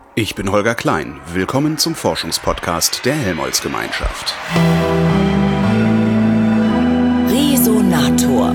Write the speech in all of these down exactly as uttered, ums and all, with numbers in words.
Ich bin Holger Klein. Willkommen zum Forschungspodcast der Helmholtz-Gemeinschaft. Resonator.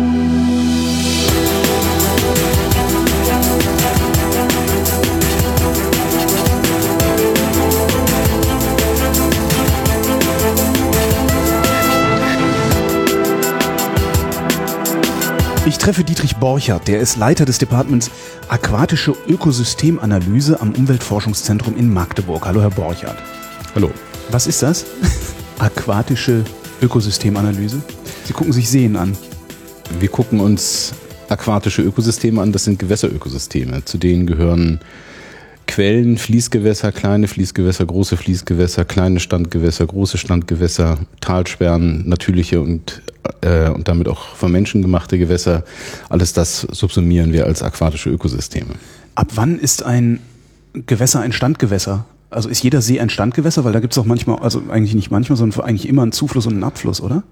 Ich treffe Dietrich Borchert, der ist Leiter des Departments Aquatische Ökosystemanalyse am Umweltforschungszentrum in Magdeburg. Hallo, Herr Borchert. Hallo. Was ist das? Aquatische Ökosystemanalyse? Sie gucken sich Seen an. Wir gucken uns aquatische Ökosysteme an, das sind Gewässerökosysteme. Zu denen gehören Quellen, Fließgewässer, kleine Fließgewässer, große Fließgewässer, kleine Standgewässer, große Standgewässer, Talsperren, natürliche und, äh, und damit auch von Menschen gemachte Gewässer. Alles das subsumieren wir als aquatische Ökosysteme. Ab wann ist ein Gewässer ein Standgewässer? Also ist jeder See ein Standgewässer? Weil da gibt es auch manchmal, also eigentlich nicht manchmal, sondern eigentlich immer einen Zufluss und einen Abfluss, oder?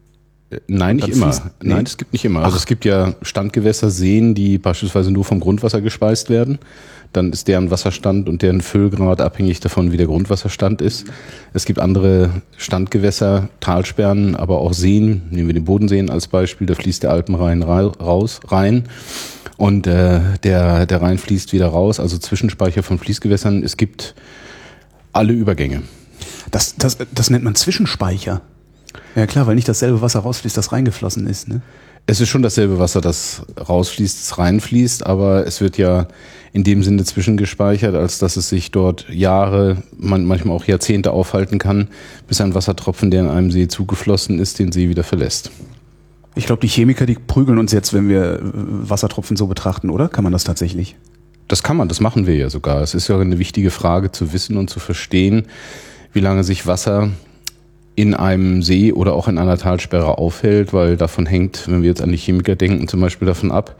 Nein, nicht immer. Fließt, nee. Nein, es gibt nicht immer. Also Ach. es gibt ja Standgewässer, Seen, die beispielsweise nur vom Grundwasser gespeist werden. Dann ist deren Wasserstand und deren Füllgrad abhängig davon, wie der Grundwasserstand ist. Es gibt andere Standgewässer, Talsperren, aber auch Seen. Nehmen wir den Bodenseen als Beispiel, da fließt der Alpenrhein raus, rein. Und äh, der, der Rhein fließt wieder raus, also Zwischenspeicher von Fließgewässern. Es gibt alle Übergänge. Das, das, das nennt man Zwischenspeicher. Ja klar, weil nicht dasselbe Wasser rausfließt, das reingeflossen ist, ne? Es ist schon dasselbe Wasser, das rausfließt, das reinfließt, aber es wird ja in dem Sinne zwischengespeichert, als dass es sich dort Jahre, man, manchmal auch Jahrzehnte aufhalten kann, bis ein Wassertropfen, der in einem See zugeflossen ist, den See wieder verlässt. Ich glaube, die Chemiker, die prügeln uns jetzt, wenn wir Wassertropfen so betrachten, oder? Kann man das tatsächlich? Das kann man, das machen wir ja sogar. Es ist ja eine wichtige Frage zu wissen und zu verstehen, wie lange sich Wasser in einem See oder auch in einer Talsperre aufhält, weil davon hängt, wenn wir jetzt an die Chemiker denken, zum Beispiel davon ab,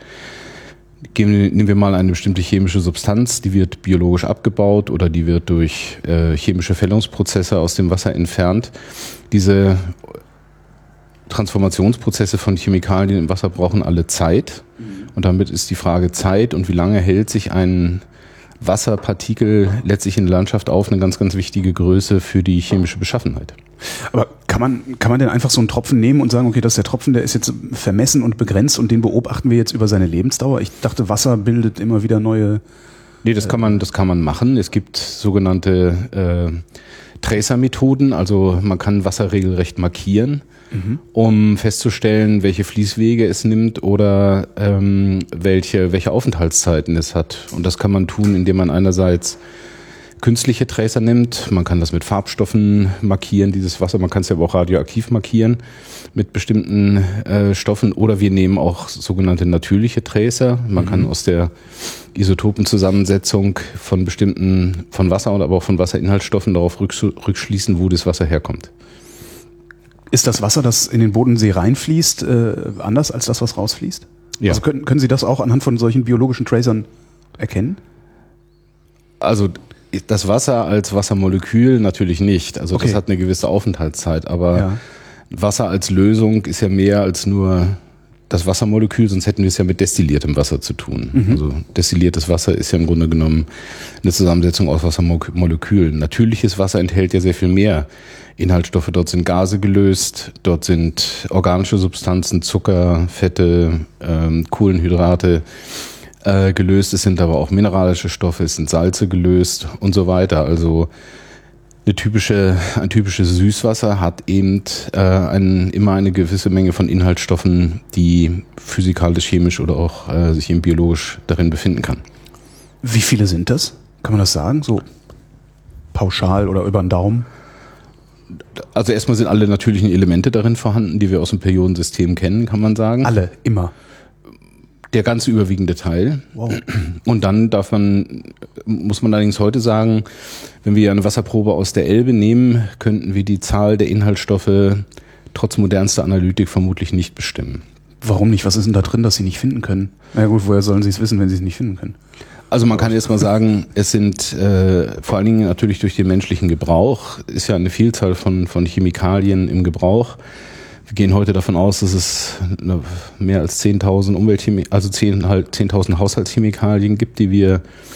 nehmen wir mal eine bestimmte chemische Substanz, die wird biologisch abgebaut oder die wird durch äh, chemische Fällungsprozesse aus dem Wasser entfernt. Diese Transformationsprozesse von Chemikalien im Wasser brauchen alle Zeit. Und damit ist die Frage Zeit und wie lange hält sich ein Wasserpartikel letztlich in der Landschaft auf, eine ganz, ganz wichtige Größe für die chemische Beschaffenheit. Aber kann man, kann man denn einfach so einen Tropfen nehmen und sagen, okay, das ist der Tropfen, der ist jetzt vermessen und begrenzt und den beobachten wir jetzt über seine Lebensdauer? Ich dachte, Wasser bildet immer wieder neue... Nee, das kann man, das kann man machen. Es gibt sogenannte äh, Tracer-Methoden, also man kann Wasser regelrecht markieren, mhm. um festzustellen, welche Fließwege es nimmt oder ähm, welche, welche Aufenthaltszeiten es hat. Und das kann man tun, indem man einerseits künstliche Tracer nimmt. Man kann das mit Farbstoffen markieren, dieses Wasser. Man kann es ja aber auch radioaktiv markieren mit bestimmten äh, Stoffen. Oder wir nehmen auch sogenannte natürliche Tracer. Man mhm. kann aus der Isotopenzusammensetzung von bestimmten, von Wasser und aber auch von Wasserinhaltsstoffen darauf rückschließen, wo das Wasser herkommt. Ist das Wasser, das in den Bodensee reinfließt, äh, anders als das, was rausfließt? Ja. Also können, können Sie das auch anhand von solchen biologischen Tracern erkennen? Also das Wasser als Wassermolekül natürlich nicht. Also okay. Das hat eine gewisse Aufenthaltszeit. Aber ja. Wasser als Lösung ist ja mehr als nur das Wassermolekül, sonst hätten wir es ja mit destilliertem Wasser zu tun. Mhm. Also destilliertes Wasser ist ja im Grunde genommen eine Zusammensetzung aus Wassermolekülen. Natürliches Wasser enthält ja sehr viel mehr Inhaltsstoffe. Dort sind Gase gelöst, dort sind organische Substanzen, Zucker, Fette, ähm, Kohlenhydrate äh, gelöst. Es sind aber auch mineralische Stoffe, es sind Salze gelöst und so weiter. Also Eine typische, ein typisches Süßwasser hat eben äh, ein, immer eine gewisse Menge von Inhaltsstoffen, die physikalisch, chemisch oder auch äh, sich eben biologisch darin befinden kann. Wie viele sind das? Kann man das sagen? So pauschal oder über den Daumen? Also erstmal sind alle natürlichen Elemente darin vorhanden, die wir aus dem Periodensystem kennen, kann man sagen. Alle, immer? Der ganze überwiegende Teil. Wow. Und dann darf man, muss man allerdings heute sagen, wenn wir eine Wasserprobe aus der Elbe nehmen, könnten wir die Zahl der Inhaltsstoffe trotz modernster Analytik vermutlich nicht bestimmen. Warum nicht? Was ist denn da drin, das Sie nicht finden können? Na gut, woher sollen Sie es wissen, wenn Sie es nicht finden können? Also man kann jetzt mal sagen, es sind äh, vor allen Dingen natürlich durch den menschlichen Gebrauch, ist ja eine Vielzahl von, von Chemikalien im Gebrauch. Wir gehen heute davon aus, dass es mehr als zehntausend Umweltchemie, also zehntausend Haushaltschemikalien gibt, die wir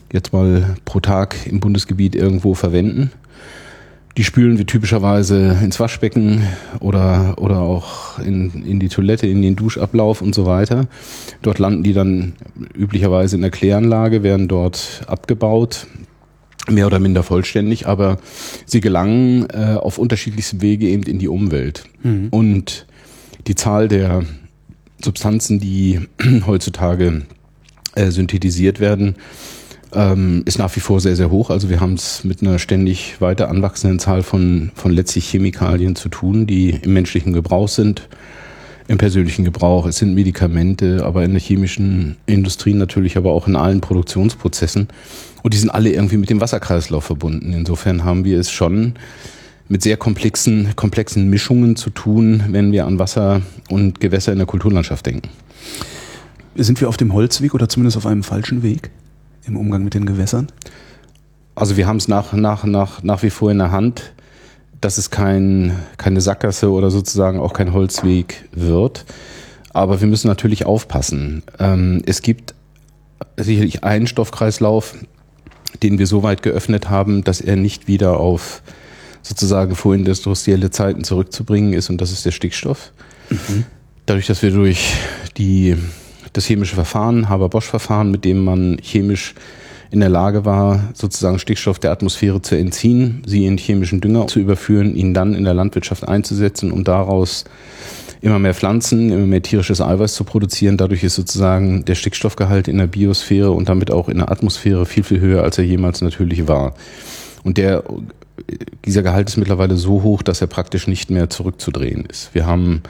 jetzt mal pro Tag im Bundesgebiet irgendwo verwenden. Die spülen wir typischerweise ins Waschbecken oder, oder auch in, in die Toilette, in den Duschablauf und so weiter. Dort landen die dann üblicherweise in der Kläranlage, werden dort abgebaut, mehr oder minder vollständig, aber sie gelangen äh, auf unterschiedlichsten Wege eben in die Umwelt. Mhm. Und die Zahl der Substanzen, die heutzutage äh, synthetisiert werden, ähm, ist nach wie vor sehr, sehr hoch. Also wir haben es mit einer ständig weiter anwachsenden Zahl von, von letztlich Chemikalien zu tun, die im menschlichen Gebrauch sind, im persönlichen Gebrauch. Es sind Medikamente, aber in der chemischen Industrie natürlich, aber auch in allen Produktionsprozessen. Und die sind alle irgendwie mit dem Wasserkreislauf verbunden. Insofern haben wir es schon mit sehr komplexen, komplexen Mischungen zu tun, wenn wir an Wasser und Gewässer in der Kulturlandschaft denken. Sind wir auf dem Holzweg oder zumindest auf einem falschen Weg im Umgang mit den Gewässern? Also wir haben es nach, nach, nach, nach wie vor in der Hand, dass es kein, keine Sackgasse oder sozusagen auch kein Holzweg wird. Aber wir müssen natürlich aufpassen. Ähm, es gibt sicherlich einen Stoffkreislauf, den wir so weit geöffnet haben, dass er nicht wieder auf sozusagen vorindustrielle Zeiten zurückzubringen ist, und das ist der Stickstoff. Mhm. Dadurch, dass wir durch die das chemische Verfahren, Haber-Bosch-Verfahren, mit dem man chemisch in der Lage war, sozusagen Stickstoff der Atmosphäre zu entziehen, sie in chemischen Dünger zu überführen, ihn dann in der Landwirtschaft einzusetzen, um daraus immer mehr Pflanzen, immer mehr tierisches Eiweiß zu produzieren. Dadurch ist sozusagen der Stickstoffgehalt in der Biosphäre und damit auch in der Atmosphäre viel, viel höher, als er jemals natürlich war. Und der, dieser Gehalt ist mittlerweile so hoch, dass er praktisch nicht mehr zurückzudrehen ist. Wir haben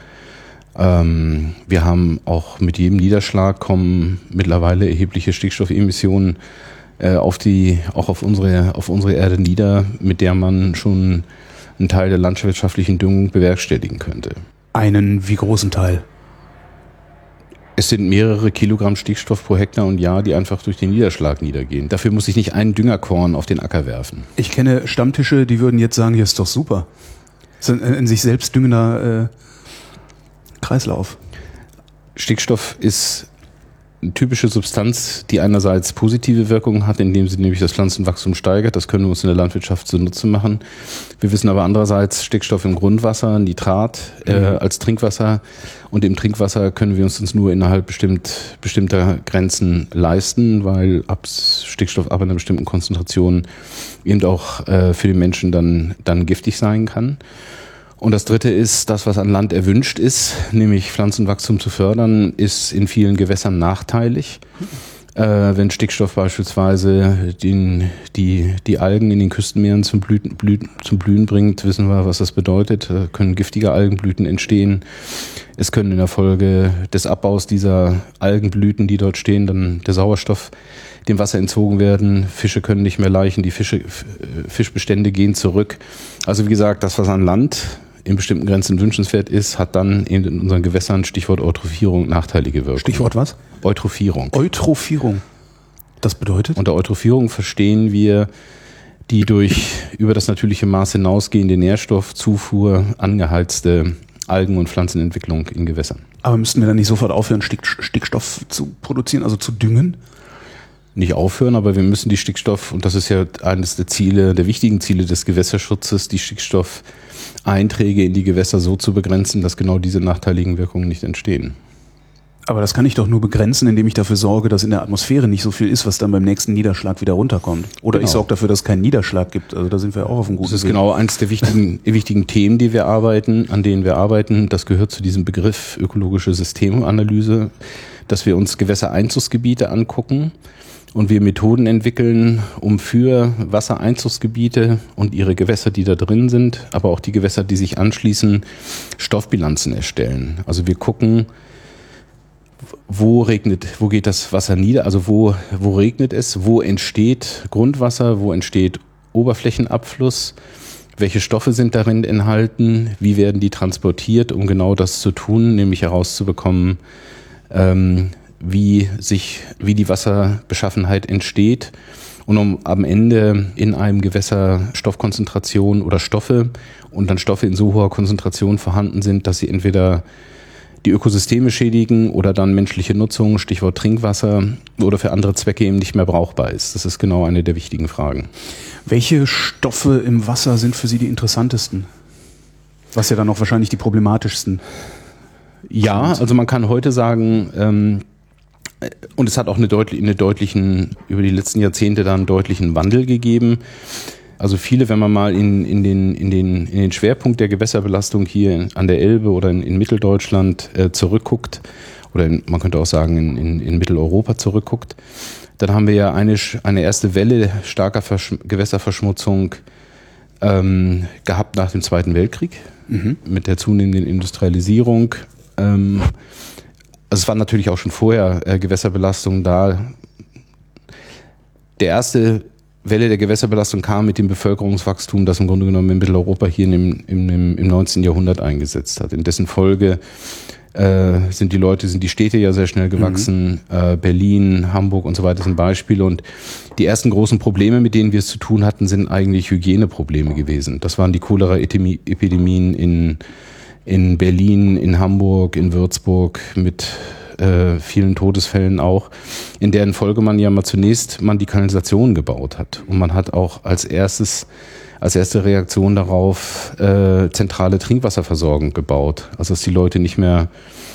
Ähm, wir haben auch mit jedem Niederschlag kommen mittlerweile erhebliche Stickstoffemissionen äh, auf die, auch auf unsere, auf unsere Erde nieder, mit der man schon einen Teil der landwirtschaftlichen Düngung bewerkstelligen könnte. Einen wie großen Teil? Es sind mehrere Kilogramm Stickstoff pro Hektar und Jahr, die einfach durch den Niederschlag niedergehen. Dafür muss ich nicht einen Düngerkorn auf den Acker werfen. Ich kenne Stammtische, die würden jetzt sagen, hier ist doch super. Das ist ein in sich selbst düngender äh Kreislauf. Stickstoff ist eine typische Substanz, die einerseits positive Wirkungen hat, indem sie nämlich das Pflanzenwachstum steigert. Das können wir uns in der Landwirtschaft zunutze machen. Wir wissen aber andererseits, Stickstoff im Grundwasser, Nitrat äh, mhm. als Trinkwasser. Und im Trinkwasser können wir uns das nur innerhalb bestimmt, bestimmter Grenzen leisten, weil ab Stickstoff ab einer bestimmten Konzentration eben auch äh, für den Menschen dann, dann giftig sein kann. Und das Dritte ist, das, was an Land erwünscht ist, nämlich Pflanzenwachstum zu fördern, ist in vielen Gewässern nachteilig. Äh, wenn Stickstoff beispielsweise den, die, die Algen in den Küstenmeeren zum Blüten, Blüten, zum Blühen bringt, wissen wir, was das bedeutet. Da können giftige Algenblüten entstehen. Es können in der Folge des Abbaus dieser Algenblüten, die dort stehen, dann der Sauerstoff dem Wasser entzogen werden. Fische können nicht mehr laichen, die Fische, Fischbestände gehen zurück. Also wie gesagt, das, was an Land in bestimmten Grenzen wünschenswert ist, hat dann eben in unseren Gewässern, Stichwort Eutrophierung, nachteilige Wirkung. Stichwort was? Eutrophierung. Eutrophierung. Das bedeutet? Unter Eutrophierung verstehen wir die durch über das natürliche Maß hinausgehende Nährstoffzufuhr angeheizte Algen- und Pflanzenentwicklung in Gewässern. Aber müssten wir dann nicht sofort aufhören, Stick, Stickstoff zu produzieren, also zu düngen? Nicht aufhören, aber wir müssen die Stickstoff, und das ist ja eines der Ziele, der wichtigen Ziele des Gewässerschutzes, die Stickstoffeinträge in die Gewässer so zu begrenzen, dass genau diese nachteiligen Wirkungen nicht entstehen. Aber das kann ich doch nur begrenzen, indem ich dafür sorge, dass in der Atmosphäre nicht so viel ist, was dann beim nächsten Niederschlag wieder runterkommt. Oder genau. Ich sorge dafür, dass es keinen Niederschlag gibt. Also da sind wir auch auf einem guten Weg. Das ist genau eines der wichtigen, wichtigen Themen, die wir arbeiten, an denen wir arbeiten. Das gehört zu diesem Begriff ökologische Systemanalyse, dass wir uns Gewässereinzugsgebiete angucken und wir Methoden entwickeln, um für Wassereinzugsgebiete und ihre Gewässer, die da drin sind, aber auch die Gewässer, die sich anschließen, Stoffbilanzen erstellen. Also wir gucken, wo regnet, wo geht das Wasser nieder, also wo, wo regnet es, wo entsteht Grundwasser, wo entsteht Oberflächenabfluss, welche Stoffe sind darin enthalten, wie werden die transportiert, um genau das zu tun, nämlich herauszubekommen, ähm, wie sich, wie die Wasserbeschaffenheit entsteht und um am Ende in einem Gewässer Stoffkonzentration oder Stoffe und dann Stoffe in so hoher Konzentration vorhanden sind, dass sie entweder die Ökosysteme schädigen oder dann menschliche Nutzung, Stichwort Trinkwasser, oder für andere Zwecke eben nicht mehr brauchbar ist. Das ist genau eine der wichtigen Fragen. Welche Stoffe im Wasser sind für Sie die interessantesten? Was ja dann auch wahrscheinlich die problematischsten. Ja, also man kann heute sagen, ähm, und es hat auch eine, deutli- eine deutlichen, über die letzten Jahrzehnte da einen deutlichen Wandel gegeben. Also viele, wenn man mal in, in, den, in, den, in den Schwerpunkt der Gewässerbelastung hier an der Elbe oder in, in Mitteldeutschland äh, zurückguckt, oder in, man könnte auch sagen in, in, in Mitteleuropa zurückguckt, dann haben wir ja eine, eine erste Welle starker Versch- Gewässerverschmutzung ähm, gehabt nach dem Zweiten Weltkrieg, mhm. mit der zunehmenden Industrialisierung. Ähm, also es war natürlich auch schon vorher äh, Gewässerbelastung da. Der erste Welle der Gewässerbelastung kam mit dem Bevölkerungswachstum, das im Grunde genommen in Mitteleuropa hier im, im, im neunzehnten Jahrhundert eingesetzt hat. In dessen Folge äh, sind die Leute, sind die Städte ja sehr schnell gewachsen. Mhm. Äh, Berlin, Hamburg und so weiter sind Beispiele. Und die ersten großen Probleme, mit denen wir es zu tun hatten, sind eigentlich Hygieneprobleme gewesen. Das waren die Cholera-Epidemien in, in Berlin, in Hamburg, in Würzburg mit äh, vielen Todesfällen auch, in deren Folge man ja mal zunächst man die Kanalisation gebaut hat. Und man hat auch als erstes, als erste Reaktion darauf äh, zentrale Trinkwasserversorgung gebaut. Also dass die Leute nicht mehr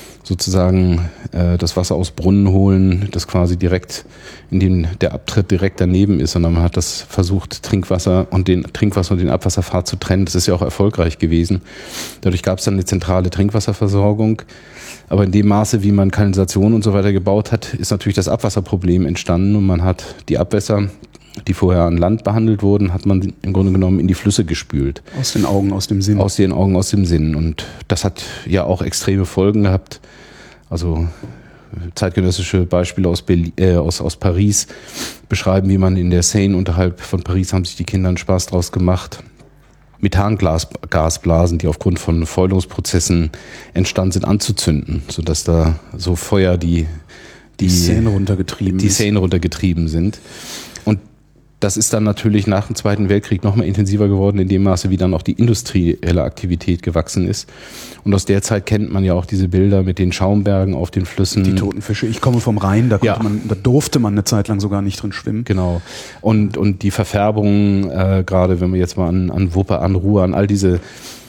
sozusagen äh, das Wasser aus Brunnen holen, das quasi direkt, in dem der Abtritt direkt daneben ist, sondern man hat das versucht, Trinkwasser und den Trinkwasser und den Abwasserpfad zu trennen. Das ist ja auch erfolgreich gewesen. Dadurch gab es dann eine zentrale Trinkwasserversorgung. Aber in dem Maße, wie man Kanalisation und so weiter gebaut hat, ist natürlich das Abwasserproblem entstanden und man hat die Abwässer, die vorher an Land behandelt wurden, hat man im Grunde genommen in die Flüsse gespült. Aus den Augen, aus dem Sinn. Aus den Augen, aus dem Sinn. Und das hat ja auch extreme Folgen gehabt. Also zeitgenössische Beispiele aus, Berlin, äh, aus, aus Paris beschreiben, wie man in der Seine unterhalb von Paris, haben sich die Kinder einen Spaß draus gemacht, Methangasblasen, die aufgrund von Fäulungsprozessen entstanden sind, anzuzünden, sodass da so Feuer die die, die Seine runtergetrieben die Seine runtergetrieben sind. Und das ist dann natürlich nach dem Zweiten Weltkrieg noch mal intensiver geworden, in dem Maße, wie dann auch die industrielle Aktivität gewachsen ist. Und aus der Zeit kennt man ja auch diese Bilder mit den Schaumbergen auf den Flüssen. Die toten Fische. Ich komme vom Rhein, da, konnte ja. man, da durfte man eine Zeit lang sogar nicht drin schwimmen. Genau. Und, und die Verfärbung, äh, gerade wenn wir jetzt mal an, an Wupper, an Ruhr, an all diese,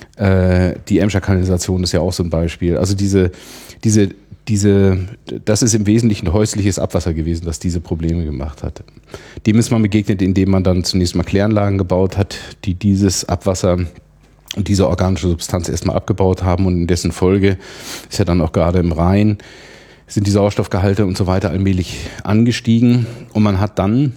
äh, die Emscher Kanalisation ist ja auch so ein Beispiel. Also diese, diese, Diese, das ist im Wesentlichen häusliches Abwasser gewesen, das diese Probleme gemacht hat. Dem ist man begegnet, indem man dann zunächst mal Kläranlagen gebaut hat, die dieses Abwasser und diese organische Substanz erstmal abgebaut haben und in dessen Folge ist ja dann auch gerade im Rhein, sind die Sauerstoffgehalte und so weiter allmählich angestiegen und man hat dann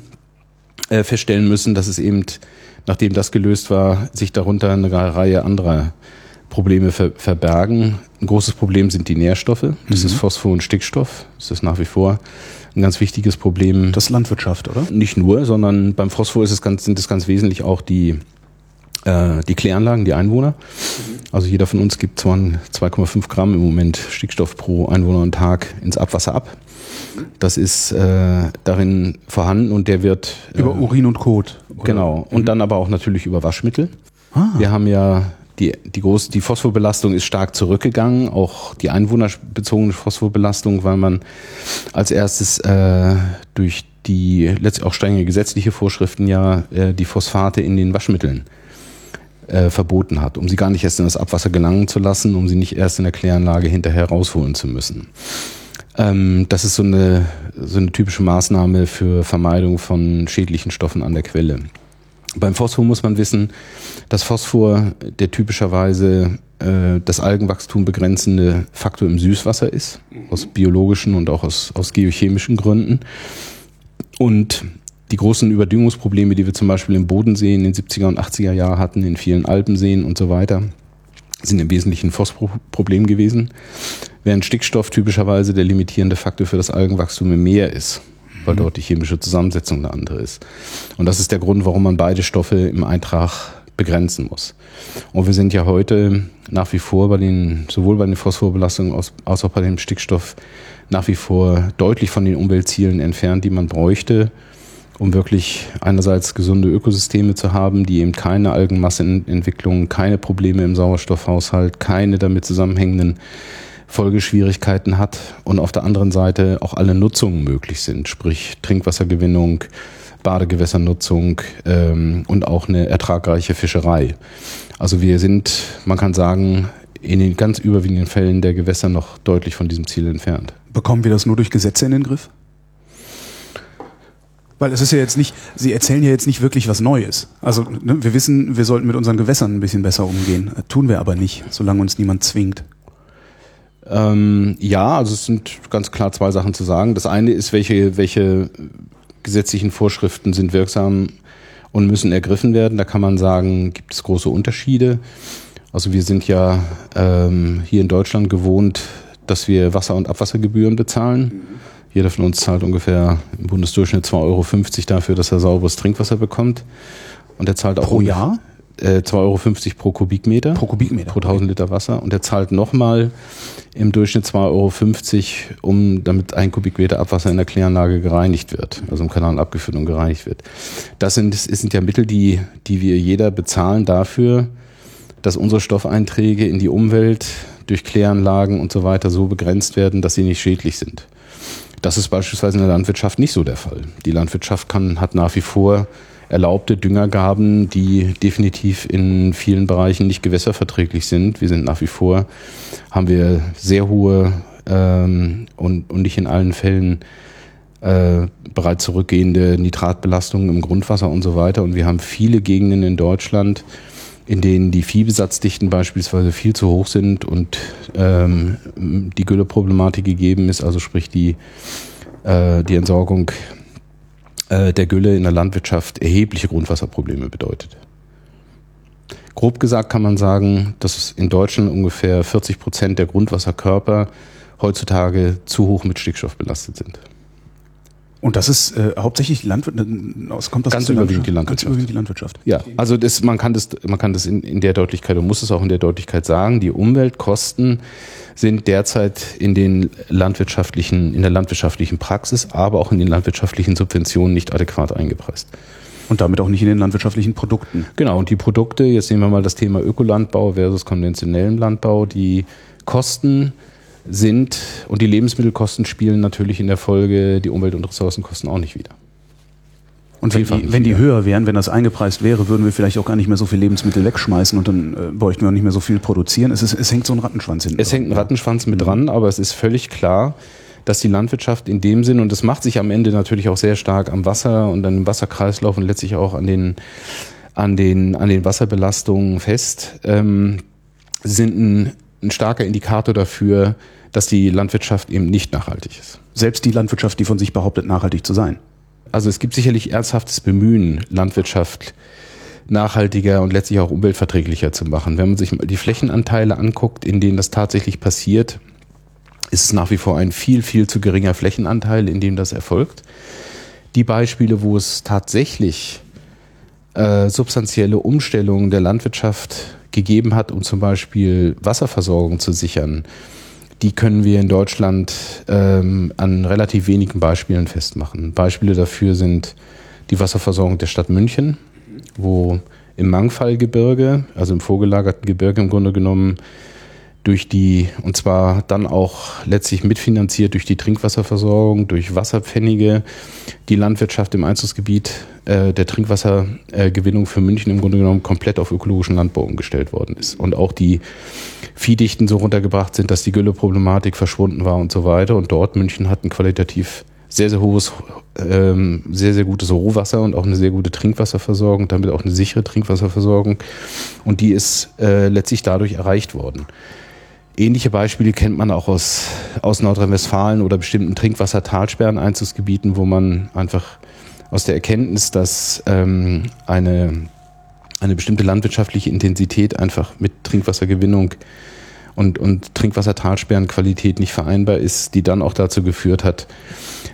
äh, feststellen müssen, dass es eben, nachdem das gelöst war, sich darunter eine Reihe anderer Probleme ver- verbergen. Ein großes Problem sind die Nährstoffe. Das mhm. ist Phosphor und Stickstoff. Das ist nach wie vor ein ganz wichtiges Problem. Das ist Landwirtschaft, oder? Nicht nur, sondern beim Phosphor ist es ganz, sind es ganz wesentlich auch die, äh, die Kläranlagen, die Einwohner. Mhm. Also jeder von uns gibt zwei Komma fünf Gramm im Moment Stickstoff pro Einwohner und Tag ins Abwasser ab. Das ist äh, darin vorhanden und der wird... Äh, über Urin und Kot. Oder? Genau. Und mhm. dann aber auch natürlich über Waschmittel. Ah. Wir haben ja... Die, die, große, die Phosphorbelastung ist stark zurückgegangen, auch die einwohnerbezogene Phosphorbelastung, weil man als erstes äh, durch die letztlich auch strenge gesetzliche Vorschriften ja äh, die Phosphate in den Waschmitteln äh, verboten hat, um sie gar nicht erst in das Abwasser gelangen zu lassen, um sie nicht erst in der Kläranlage hinterher rausholen zu müssen. Ähm, das ist so eine, so eine typische Maßnahme für Vermeidung von schädlichen Stoffen an der Quelle. Beim Phosphor muss man wissen, dass Phosphor der typischerweise äh, das Algenwachstum begrenzende Faktor im Süßwasser ist, aus biologischen und auch aus, aus geochemischen Gründen. Und die großen Überdüngungsprobleme, die wir zum Beispiel im Bodensee in den siebziger und achtziger Jahren hatten, in vielen Alpenseen und so weiter, sind im Wesentlichen ein Phosphorproblem gewesen, während Stickstoff typischerweise der limitierende Faktor für das Algenwachstum im Meer ist, weil dort die chemische Zusammensetzung eine andere ist. Und das ist der Grund, warum man beide Stoffe im Eintrag begrenzen muss. Und wir sind ja heute nach wie vor bei den, sowohl bei den Phosphorbelastungen als auch bei dem Stickstoff nach wie vor deutlich von den Umweltzielen entfernt, die man bräuchte, um wirklich einerseits gesunde Ökosysteme zu haben, die eben keine Algenmassenentwicklung, keine Probleme im Sauerstoffhaushalt, keine damit zusammenhängenden Folgeschwierigkeiten hat und auf der anderen Seite auch alle Nutzungen möglich sind, sprich Trinkwassergewinnung, Badegewässernutzung ähm, und auch eine ertragreiche Fischerei. Also wir sind, man kann sagen, in den ganz überwiegenden Fällen der Gewässer noch deutlich von diesem Ziel entfernt. Bekommen wir das nur durch Gesetze in den Griff? Weil es ist ja jetzt nicht, Sie erzählen ja jetzt nicht wirklich was Neues. Also ne, wir wissen, wir sollten mit unseren Gewässern ein bisschen besser umgehen. Tun wir aber nicht, solange uns niemand zwingt. Ähm, ja, also es sind ganz klar zwei Sachen zu sagen. Das eine ist, welche, welche gesetzlichen Vorschriften sind wirksam und müssen ergriffen werden. Da kann man sagen, gibt es große Unterschiede. Also wir sind ja ähm, hier in Deutschland gewohnt, dass wir Wasser- und Abwassergebühren bezahlen. Mhm. Jeder von uns zahlt ungefähr im Bundesdurchschnitt zwei Euro fünfzig dafür, dass er sauberes Trinkwasser bekommt. Und er zahlt auch pro Jahr? Äh, zwei Euro fünfzig pro Kubikmeter. Pro Kubikmeter. Pro tausend Liter Wasser. Und er zahlt nochmal im Durchschnitt zwei Euro fünfzig, um, damit ein Kubikmeter Abwasser in der Kläranlage gereinigt wird. Also im Kanal abgeführt und gereinigt wird. Das sind, das sind ja Mittel, die, die wir jeder bezahlen dafür, dass unsere Stoffeinträge in die Umwelt durch Kläranlagen und so weiter so begrenzt werden, dass sie nicht schädlich sind. Das ist beispielsweise in der Landwirtschaft nicht so der Fall. Die Landwirtschaft kann, hat nach wie vor erlaubte Düngergaben, die definitiv in vielen Bereichen nicht gewässerverträglich sind. Wir sind nach wie vor, haben wir sehr hohe ähm, und, und nicht in allen Fällen äh, bereits zurückgehende Nitratbelastungen im Grundwasser und so weiter. Und wir haben viele Gegenden in Deutschland, in denen die Viehbesatzdichten beispielsweise viel zu hoch sind und ähm, die Gülleproblematik gegeben ist, also sprich die, äh, die Entsorgung äh, der Gülle in der Landwirtschaft erhebliche Grundwasserprobleme bedeutet. Grob gesagt kann man sagen, dass in Deutschland ungefähr vierzig Prozent der Grundwasserkörper heutzutage zu hoch mit Stickstoff belastet sind. Und das ist äh, hauptsächlich die Landwirtschaft? Kommt das ganz überwiegend die Landwirtschaft. Ganz überwiegend die Landwirtschaft. Ja, also das, man kann das, man kann das in, in der Deutlichkeit und muss es auch in der Deutlichkeit sagen. Die Umweltkosten sind derzeit in den landwirtschaftlichen, in der landwirtschaftlichen Praxis, aber auch in den landwirtschaftlichen Subventionen nicht adäquat eingepreist. Und damit auch nicht in den landwirtschaftlichen Produkten. Genau. Und die Produkte, jetzt nehmen wir mal das Thema Ökolandbau versus konventionellen Landbau, die Kosten sind und die Lebensmittelkosten spielen natürlich in der Folge die Umwelt- und Ressourcenkosten auch nicht wieder. Und wenn die, wenn die höher wären, wenn das eingepreist wäre, würden wir vielleicht auch gar nicht mehr so viel Lebensmittel wegschmeißen und dann äh, bräuchten wir auch nicht mehr so viel produzieren. Es, ist, es hängt so ein Rattenschwanz hinten. Es hängt ein Rattenschwanz mit dran, aber es ist völlig klar, dass die Landwirtschaft in dem Sinn, und das macht sich am Ende natürlich auch sehr stark am Wasser und an dem Wasserkreislauf und letztlich auch an den, an den, an den Wasserbelastungen fest, ähm, sind ein ein starker Indikator dafür, dass die Landwirtschaft eben nicht nachhaltig ist. Selbst die Landwirtschaft, die von sich behauptet, nachhaltig zu sein. Also es gibt sicherlich ernsthaftes Bemühen, Landwirtschaft nachhaltiger und letztlich auch umweltverträglicher zu machen. Wenn man sich mal die Flächenanteile anguckt, in denen das tatsächlich passiert, ist es nach wie vor ein viel, viel zu geringer Flächenanteil, in dem das erfolgt. Die Beispiele, wo es tatsächlich äh, substanzielle Umstellungen der Landwirtschaft gegeben hat, um zum Beispiel Wasserversorgung zu sichern, die können wir in Deutschland ähm, an relativ wenigen Beispielen festmachen. Beispiele dafür sind die Wasserversorgung der Stadt München, wo im Mangfallgebirge, also im vorgelagerten Gebirge im Grunde genommen, durch die, und zwar dann auch letztlich mitfinanziert durch die Trinkwasserversorgung, durch Wasserpfennige, die Landwirtschaft im Einzugsgebiet äh, der Trinkwassergewinnung äh, für München im Grunde genommen komplett auf ökologischen Landbau umgestellt worden ist. Und auch die Viehdichten so runtergebracht sind, dass die Gülleproblematik verschwunden war und so weiter. Und dort, München hat ein qualitativ sehr, sehr hohes, ähm, sehr, sehr gutes Rohwasser und auch eine sehr gute Trinkwasserversorgung, damit auch eine sichere Trinkwasserversorgung. Und die ist äh, letztlich dadurch erreicht worden. Ähnliche Beispiele kennt man auch aus, aus Nordrhein-Westfalen oder bestimmten Trinkwassertalsperren-Einzugsgebieten, wo man einfach aus der Erkenntnis, dass ähm, eine, eine bestimmte landwirtschaftliche Intensität einfach mit Trinkwassergewinnung und, und Trinkwassertalsperrenqualität nicht vereinbar ist, die dann auch dazu geführt hat,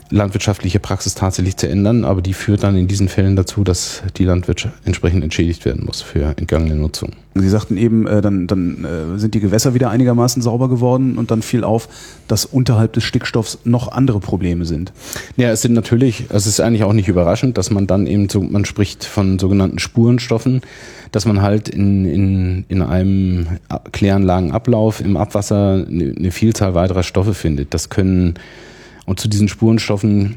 landwirtschaftliche Praxis tatsächlich zu ändern, aber die führt dann in diesen Fällen dazu, dass die Landwirtschaft entsprechend entschädigt werden muss für entgangene Nutzung. Sie sagten eben, äh, dann, dann äh, sind die Gewässer wieder einigermaßen sauber geworden und dann fiel auf, dass unterhalb des Stickstoffs noch andere Probleme sind. Ja, es sind natürlich, es ist eigentlich auch nicht überraschend, dass man dann eben so, man spricht von sogenannten Spurenstoffen, dass man halt in, in, in einem Kläranlagenablauf im Abwasser eine, eine Vielzahl weiterer Stoffe findet. Das können Und zu diesen Spurenstoffen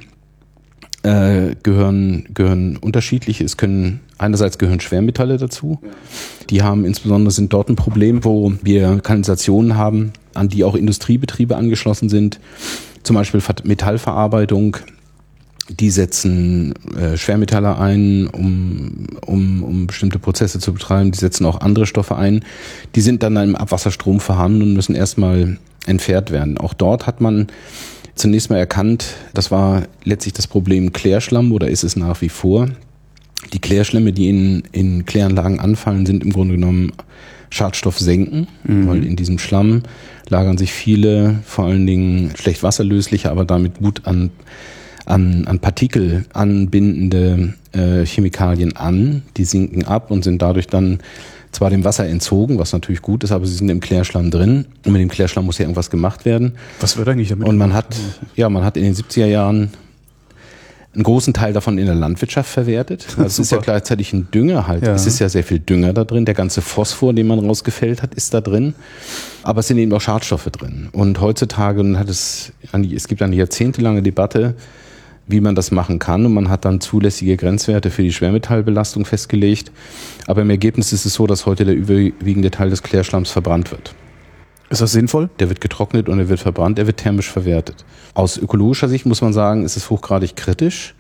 äh, gehören, gehören unterschiedliche. Es können, einerseits gehören Schwermetalle dazu. Die haben insbesondere, sind dort ein Problem, wo wir Kanalisationen haben, an die auch Industriebetriebe angeschlossen sind. Zum Beispiel Metallverarbeitung. Die setzen äh, Schwermetalle ein, um, um, um bestimmte Prozesse zu betreiben. Die setzen auch andere Stoffe ein. Die sind dann im Abwasserstrom vorhanden und müssen erstmal entfernt werden. Auch dort hat man zunächst mal erkannt, das war letztlich das Problem Klärschlamm, oder ist es nach wie vor. Die Klärschlämme, die in, in Kläranlagen anfallen, sind im Grunde genommen Schadstoffsenken, mhm. weil in diesem Schlamm lagern sich viele, vor allen Dingen schlecht wasserlösliche, aber damit gut an, an, an Partikel anbindende äh, Chemikalien an. Die sinken ab und sind dadurch dann zwar dem Wasser entzogen, was natürlich gut ist, aber sie sind im Klärschlamm drin. Und mit dem Klärschlamm muss ja irgendwas gemacht werden. Was wird eigentlich damit? Und man hat, ja, man hat in den siebziger Jahren einen großen Teil davon in der Landwirtschaft verwertet. Also es ist ja gleichzeitig ein Dünger halt. Ja. Es ist ja sehr viel Dünger da drin. Der ganze Phosphor, den man rausgefällt hat, ist da drin. Aber es sind eben auch Schadstoffe drin. Und heutzutage hat es, es gibt eine jahrzehntelange Debatte, wie man das machen kann, und man hat dann zulässige Grenzwerte für die Schwermetallbelastung festgelegt. Aber im Ergebnis ist es so, dass heute der überwiegende Teil des Klärschlamms verbrannt wird. Ist das sinnvoll? Der wird getrocknet und er wird verbrannt, er wird thermisch verwertet. Aus ökologischer Sicht muss man sagen, ist es hochgradig kritisch,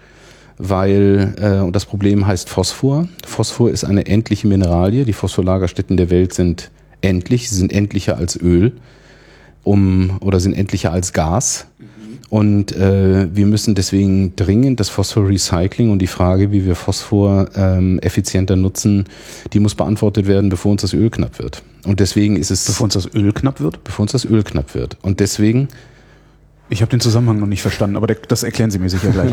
weil äh, und das Problem heißt Phosphor. Phosphor ist eine endliche Mineralie. Die Phosphorlagerstätten der Welt sind endlich, sie sind endlicher als Öl um oder sind endlicher als Gas. Und äh, wir müssen deswegen dringend das Phosphorrecycling und die Frage, wie wir Phosphor ähm, effizienter nutzen, die muss beantwortet werden, bevor uns das Öl knapp wird. Und deswegen ist es... Bevor uns das Öl knapp wird? Bevor uns das Öl knapp wird. Und deswegen... Ich habe den Zusammenhang noch nicht verstanden, aber der, das erklären Sie mir sicher gleich.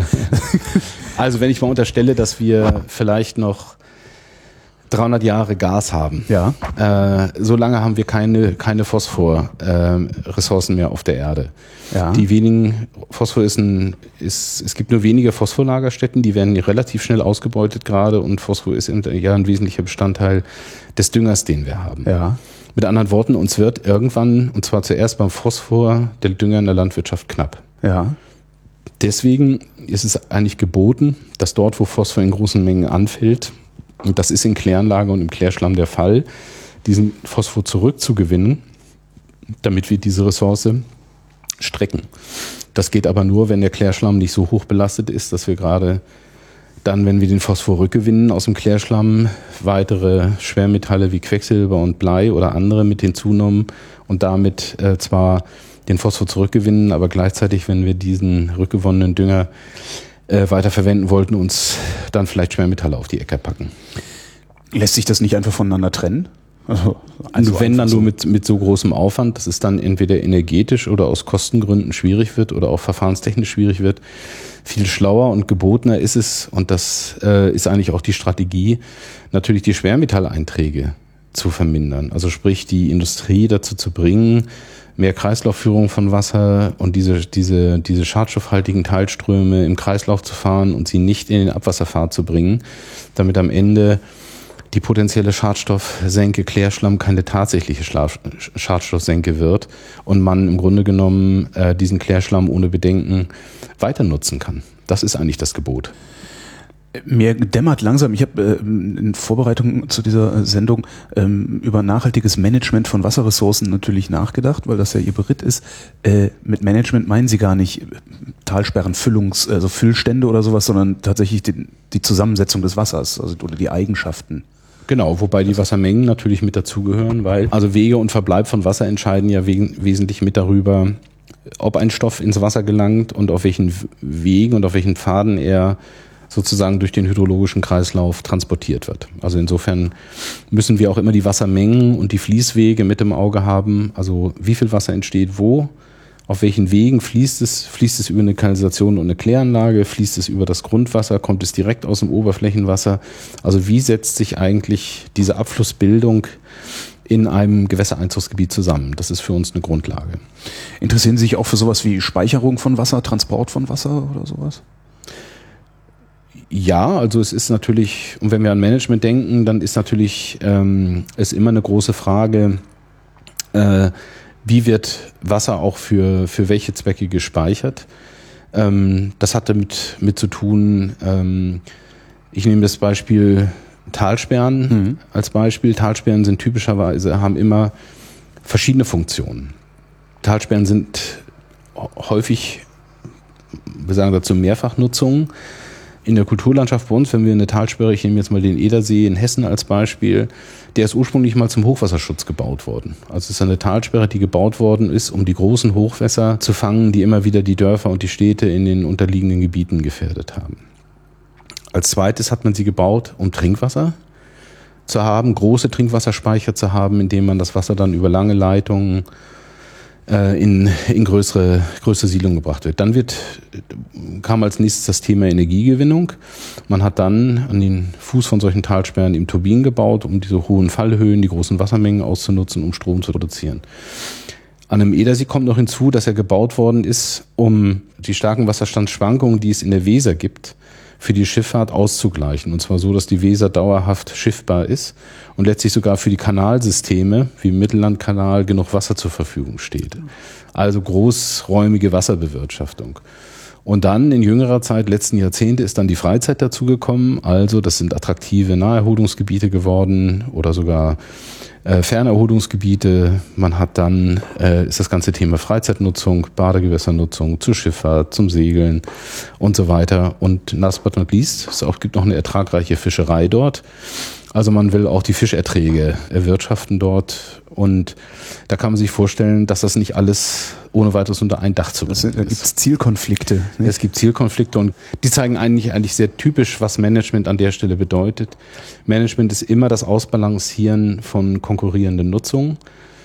Also wenn ich mal unterstelle, dass wir vielleicht noch dreihundert Jahre Gas haben. Ja. Äh, so lange haben wir keine, keine Phosphor-Ressourcen äh, mehr auf der Erde. Ja. Die wenigen, Phosphor ist ein, ist, es gibt nur wenige Phosphorlagerstätten, die werden relativ schnell ausgebeutet gerade, und Phosphor ist ja ein wesentlicher Bestandteil des Düngers, den wir haben. Ja. Mit anderen Worten, uns wird irgendwann, und zwar zuerst beim Phosphor, der Dünger in der Landwirtschaft knapp. Ja. Deswegen ist es eigentlich geboten, dass dort, wo Phosphor in großen Mengen anfällt, und das ist in Kläranlage und im Klärschlamm der Fall, diesen Phosphor zurückzugewinnen, damit wir diese Ressource strecken. Das geht aber nur, wenn der Klärschlamm nicht so hoch belastet ist, dass wir gerade dann, wenn wir den Phosphor rückgewinnen aus dem Klärschlamm, weitere Schwermetalle wie Quecksilber und Blei oder andere mit hinzunehmen und damit äh, zwar den Phosphor zurückgewinnen, aber gleichzeitig, wenn wir diesen rückgewonnenen Dünger äh, weiter verwenden wollten, uns dann vielleicht Schwermetalle auf die Äcker packen. Lässt sich das nicht einfach voneinander trennen? Also, also wenn dann so. nur mit, mit so großem Aufwand, dass es dann entweder energetisch oder aus Kostengründen schwierig wird oder auch verfahrenstechnisch schwierig wird. Viel schlauer und gebotener ist es, und das äh, ist eigentlich auch die Strategie, natürlich die Schwermetalleinträge zu vermindern. Also sprich, die Industrie dazu zu bringen, mehr Kreislaufführung von Wasser und diese, diese, diese schadstoffhaltigen Teilströme im Kreislauf zu fahren und sie nicht in den Abwasserpfad zu bringen, damit am Ende die potenzielle Schadstoffsenke Klärschlamm keine tatsächliche Schadstoffsenke wird und man im Grunde genommen äh, diesen Klärschlamm ohne Bedenken weiter nutzen kann. Das ist eigentlich das Gebot. Mir dämmert langsam, ich habe äh, in Vorbereitung zu dieser Sendung ähm, über nachhaltiges Management von Wasserressourcen natürlich nachgedacht, weil das ja Ihr Beritt ist. Äh, mit Management meinen Sie gar nicht Talsperren, Füllungs-, also Füllstände oder sowas, sondern tatsächlich die, die Zusammensetzung des Wassers, also oder die Eigenschaften. Genau, wobei die Wassermengen natürlich mit dazugehören, weil also Wege und Verbleib von Wasser entscheiden ja wegen, wesentlich mit darüber, ob ein Stoff ins Wasser gelangt und auf welchen Wegen und auf welchen Pfaden er sozusagen durch den hydrologischen Kreislauf transportiert wird. Also insofern müssen wir auch immer die Wassermengen und die Fließwege mit im Auge haben. Also wie viel Wasser entsteht wo Auf welchen Wegen fließt es? Fließt es über eine Kanalisation und eine Kläranlage? Fließt es über das Grundwasser? Kommt es direkt aus dem Oberflächenwasser? Also wie setzt sich eigentlich diese Abflussbildung in einem Gewässereinzugsgebiet zusammen? Das ist für uns eine Grundlage. Interessieren Sie sich auch für sowas wie Speicherung von Wasser, Transport von Wasser oder sowas? Ja, also es ist natürlich, und wenn wir an Management denken, dann ist natürlich ähm, es immer eine große Frage, äh, wie wird Wasser auch für, für welche Zwecke gespeichert. Ähm, das hat damit mit zu tun, ähm, ich nehme das Beispiel Talsperren mhm. als Beispiel. Talsperren sind typischerweise, haben immer verschiedene Funktionen. Talsperren sind häufig, wir sagen dazu Mehrfachnutzung. In der Kulturlandschaft bei uns, wenn wir eine Talsperre, ich nehme jetzt mal den Edersee in Hessen als Beispiel, der ist ursprünglich mal zum Hochwasserschutz gebaut worden. Also es ist eine Talsperre, die gebaut worden ist, um die großen Hochwässer zu fangen, die immer wieder die Dörfer und die Städte in den unterliegenden Gebieten gefährdet haben. Als zweites hat man sie gebaut, um Trinkwasser zu haben, große Trinkwasserspeicher zu haben, indem man das Wasser dann über lange Leitungen in, in größere, größere Siedlungen gebracht wird. Dann wird, kam als nächstes das Thema Energiegewinnung. Man hat dann an den Fuß von solchen Talsperren eben Turbinen gebaut, um diese hohen Fallhöhen, die großen Wassermengen auszunutzen, um Strom zu produzieren. An einem Edersee kommt noch hinzu, dass er gebaut worden ist, um die starken Wasserstandsschwankungen, die es in der Weser gibt, für die Schifffahrt auszugleichen. Und zwar so, dass die Weser dauerhaft schiffbar ist und letztlich sogar für die Kanalsysteme wie im Mittellandkanal genug Wasser zur Verfügung steht. Also großräumige Wasserbewirtschaftung. Und dann in jüngerer Zeit, letzten Jahrzehnte, ist dann die Freizeit dazugekommen. Also das sind attraktive Naherholungsgebiete geworden oder sogar äh, Fernerholungsgebiete. Man hat dann, äh, ist das ganze Thema Freizeitnutzung, Badegewässernutzung, zur Schifffahrt, zum Segeln und so weiter. Und last but not least, es auch, gibt noch eine ertragreiche Fischerei dort. Also man will auch die Fischerträge erwirtschaften dort. Und da kann man sich vorstellen, dass das nicht alles ohne weiteres unter ein Dach zu bringen ist. Da gibt es Zielkonflikte. Nicht? Es gibt Zielkonflikte und die zeigen eigentlich, eigentlich sehr typisch, was Management an der Stelle bedeutet. Management ist immer das Ausbalancieren von konkurrierenden Nutzungen,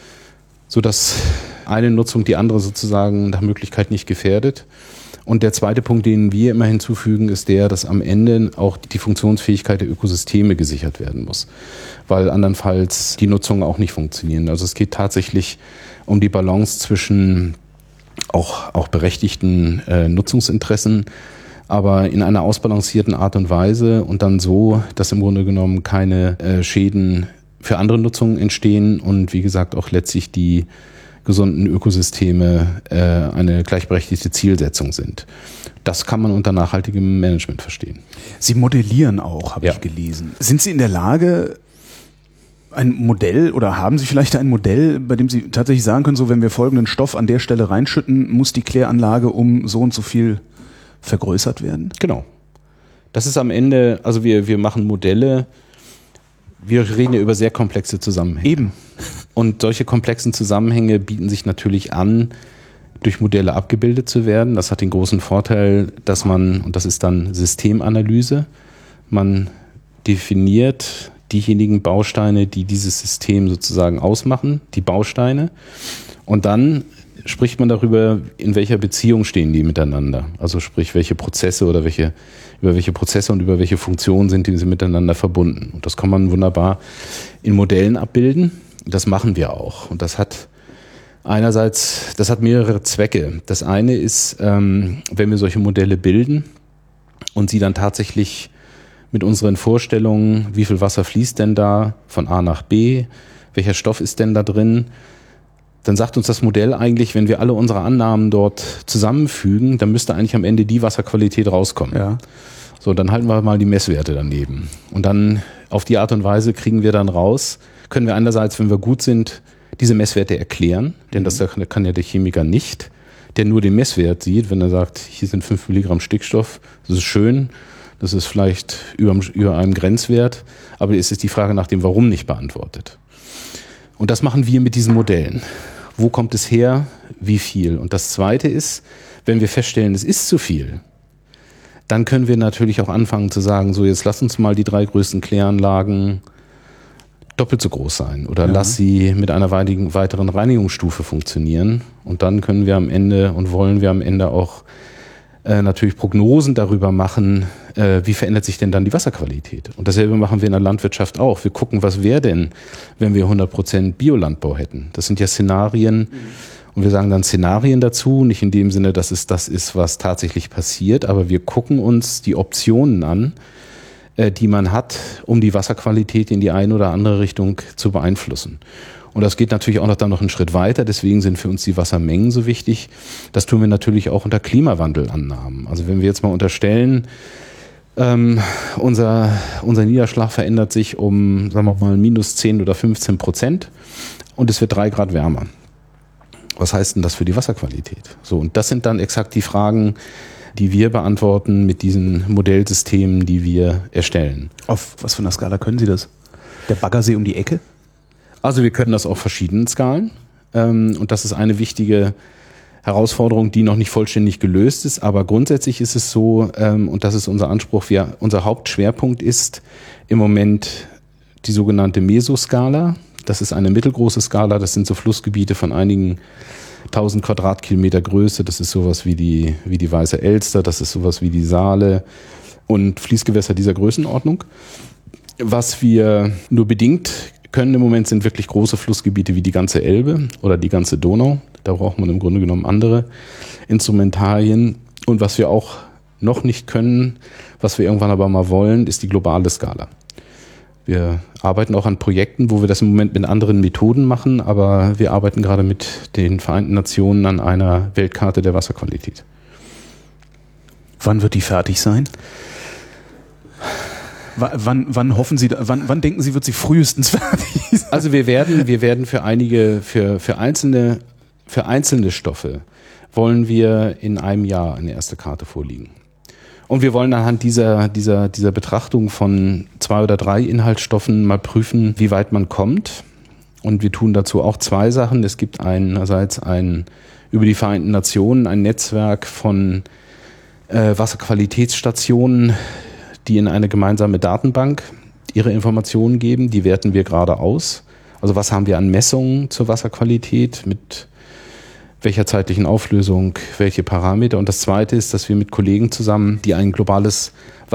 sodass eine Nutzung die andere sozusagen nach Möglichkeit nicht gefährdet. Und der zweite Punkt, den wir immer hinzufügen, ist der, dass am Ende auch die Funktionsfähigkeit der Ökosysteme gesichert werden muss, weil andernfalls die Nutzungen auch nicht funktionieren. Also es geht tatsächlich um die Balance zwischen auch, auch berechtigten äh, Nutzungsinteressen, aber in einer ausbalancierten Art und Weise und dann so, dass im Grunde genommen keine äh, Schäden für andere Nutzungen entstehen und wie gesagt auch letztlich die gesunden Ökosysteme äh, eine gleichberechtigte Zielsetzung sind. Das kann man unter nachhaltigem Management verstehen. Sie modellieren auch, habe ja. ich gelesen. Sind Sie in der Lage, ein Modell oder haben Sie vielleicht ein Modell, bei dem Sie tatsächlich sagen können, so wenn wir folgenden Stoff an der Stelle reinschütten, muss die Kläranlage um so und so viel vergrößert werden? Genau. Das ist am Ende, also wir, wir machen Modelle, wir reden ja über sehr komplexe Zusammenhänge. Eben. Und solche komplexen Zusammenhänge bieten sich natürlich an, durch Modelle abgebildet zu werden. Das hat den großen Vorteil, dass man, und das ist dann Systemanalyse, man definiert diejenigen Bausteine, die dieses System sozusagen ausmachen, die Bausteine. Und dann spricht man darüber, in welcher Beziehung stehen die miteinander. Also sprich, welche Prozesse oder welche, über welche Prozesse und über welche Funktionen sind diese miteinander verbunden. Und das kann man wunderbar in Modellen abbilden. Das machen wir auch. Und das hat einerseits, das hat mehrere Zwecke. Das eine ist, ähm, wenn wir solche Modelle bilden und sie dann tatsächlich mit unseren Vorstellungen, wie viel Wasser fließt denn da von A nach B, welcher Stoff ist denn da drin, dann sagt uns das Modell eigentlich, wenn wir alle unsere Annahmen dort zusammenfügen, dann müsste eigentlich am Ende die Wasserqualität rauskommen. Ja. So, dann halten wir mal die Messwerte daneben. Und dann auf die Art und Weise kriegen wir dann raus, können wir einerseits, wenn wir gut sind, diese Messwerte erklären, denn das kann ja der Chemiker nicht, der nur den Messwert sieht, wenn er sagt, hier sind fünf Milligramm Stickstoff, das ist schön, das ist vielleicht über, über einem Grenzwert, aber es ist die Frage nach dem Warum nicht beantwortet. Und das machen wir mit diesen Modellen. Wo kommt es her? Wie viel? Und das Zweite ist, wenn wir feststellen, es ist zu viel, dann können wir natürlich auch anfangen zu sagen, so jetzt lass uns mal die drei größten Kläranlagen doppelt so groß sein oder Ja. lass sie mit einer weiteren Reinigungsstufe funktionieren. Und dann können wir am Ende und wollen wir am Ende auch äh, natürlich Prognosen darüber machen, äh, wie verändert sich denn dann die Wasserqualität. Und dasselbe machen wir in der Landwirtschaft auch. Wir gucken, was wäre denn, wenn wir hundert Prozent Biolandbau hätten. Das sind ja Szenarien, mhm. Und wir sagen dann Szenarien dazu, nicht in dem Sinne, dass es das ist, was tatsächlich passiert, aber wir gucken uns die Optionen an, die man hat, um die Wasserqualität in die eine oder andere Richtung zu beeinflussen. Und das geht natürlich auch noch dann noch einen Schritt weiter, deswegen sind für uns die Wassermengen so wichtig. Das tun wir natürlich auch unter Klimawandelannahmen. Also wenn wir jetzt mal unterstellen, ähm, unser, unser Niederschlag verändert sich um, sagen wir mal, minus zehn oder fünfzehn Prozent und es wird drei Grad wärmer. Was heißt denn das für die Wasserqualität? So, und das sind dann exakt die Fragen, die wir beantworten mit diesen Modellsystemen, die wir erstellen. Auf was für einer Skala können Sie das? Der Baggersee um die Ecke? Also wir können das auf verschiedenen Skalen. Und das ist eine wichtige Herausforderung, die noch nicht vollständig gelöst ist. Aber grundsätzlich ist es so, und das ist unser Anspruch, wir, unser Hauptschwerpunkt ist im Moment die sogenannte Mesoskala. Das ist eine mittelgroße Skala, das sind so Flussgebiete von einigen tausend Quadratkilometer Größe, das ist sowas wie die, wie die Weiße Elster, das ist sowas wie die Saale und Fließgewässer dieser Größenordnung. Was wir nur bedingt können im Moment sind wirklich große Flussgebiete wie die ganze Elbe oder die ganze Donau. Da braucht man im Grunde genommen andere Instrumentarien. Und was wir auch noch nicht können, was wir irgendwann aber mal wollen, ist die globale Skala. Wir arbeiten auch an Projekten, wo wir das im Moment mit anderen Methoden machen, aber wir arbeiten gerade mit den Vereinten Nationen an einer Weltkarte der Wasserqualität. Wann wird die fertig sein? W- wann, wann hoffen Sie, wann, wann denken Sie, wird sie frühestens fertig sein? Also wir werden, wir werden für einige, für, für einzelne, für einzelne Stoffe wollen wir in einem Jahr eine erste Karte vorliegen. Und wir wollen anhand dieser, dieser, dieser Betrachtung von zwei oder drei Inhaltsstoffen mal prüfen, wie weit man kommt. Und wir tun dazu auch zwei Sachen. Es gibt einerseits ein, über die Vereinten Nationen ein Netzwerk von äh, Wasserqualitätsstationen, die in eine gemeinsame Datenbank ihre Informationen geben. Die werten wir gerade aus. Also was haben wir an Messungen zur Wasserqualität mit welcher zeitlichen Auflösung, welche Parameter. Und das Zweite ist, dass wir mit Kollegen zusammen, die ein globales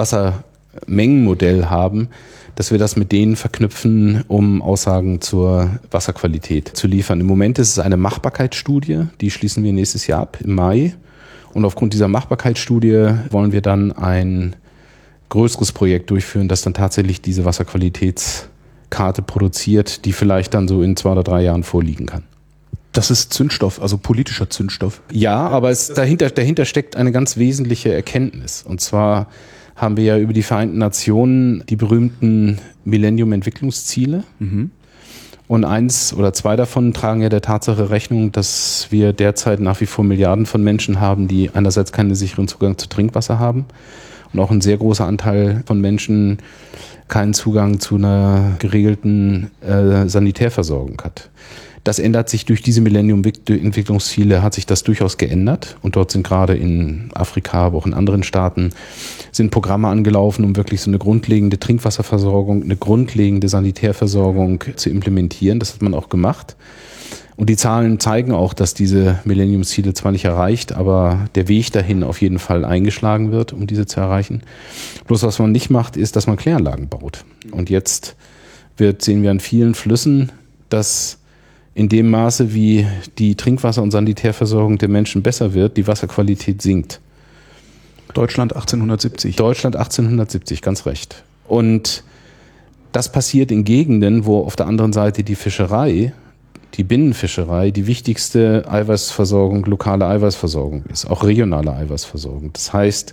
Wassermengenmodell haben, dass wir das mit denen verknüpfen, um Aussagen zur Wasserqualität zu liefern. Im Moment ist es eine Machbarkeitsstudie, die schließen wir nächstes Jahr ab, im Mai. Und aufgrund dieser Machbarkeitsstudie wollen wir dann ein größeres Projekt durchführen, das dann tatsächlich diese Wasserqualitätskarte produziert, die vielleicht dann so in zwei oder drei Jahren vorliegen kann. Das ist Zündstoff, also politischer Zündstoff. Ja, aber es, dahinter, dahinter steckt eine ganz wesentliche Erkenntnis. Und zwar haben wir ja über die Vereinten Nationen die berühmten Millennium-Entwicklungsziele. Mhm. Und eins oder zwei davon tragen ja der Tatsache Rechnung, dass wir derzeit nach wie vor Milliarden von Menschen haben, die einerseits keinen sicheren Zugang zu Trinkwasser haben und auch ein sehr großer Anteil von Menschen keinen Zugang zu einer geregelten äh, Sanitärversorgung hat. Das ändert sich durch diese Millennium-Entwicklungsziele, hat sich das durchaus geändert. Und dort sind gerade in Afrika, aber auch in anderen Staaten, sind Programme angelaufen, um wirklich so eine grundlegende Trinkwasserversorgung, eine grundlegende Sanitärversorgung zu implementieren. Das hat man auch gemacht. Und die Zahlen zeigen auch, dass diese Millennium-Ziele zwar nicht erreicht, aber der Weg dahin auf jeden Fall eingeschlagen wird, um diese zu erreichen. Bloß was man nicht macht, ist, dass man Kläranlagen baut. Und jetzt wird, sehen wir an vielen Flüssen, dass in dem Maße, wie die Trinkwasser- und Sanitärversorgung der Menschen besser wird, die Wasserqualität sinkt. Deutschland achtzehnhundertsiebzig. Deutschland achtzehnhundertsiebzig, ganz recht. Und das passiert in Gegenden, wo auf der anderen Seite die Fischerei, die Binnenfischerei, die wichtigste Eiweißversorgung, lokale Eiweißversorgung ist, auch regionale Eiweißversorgung. Das heißt,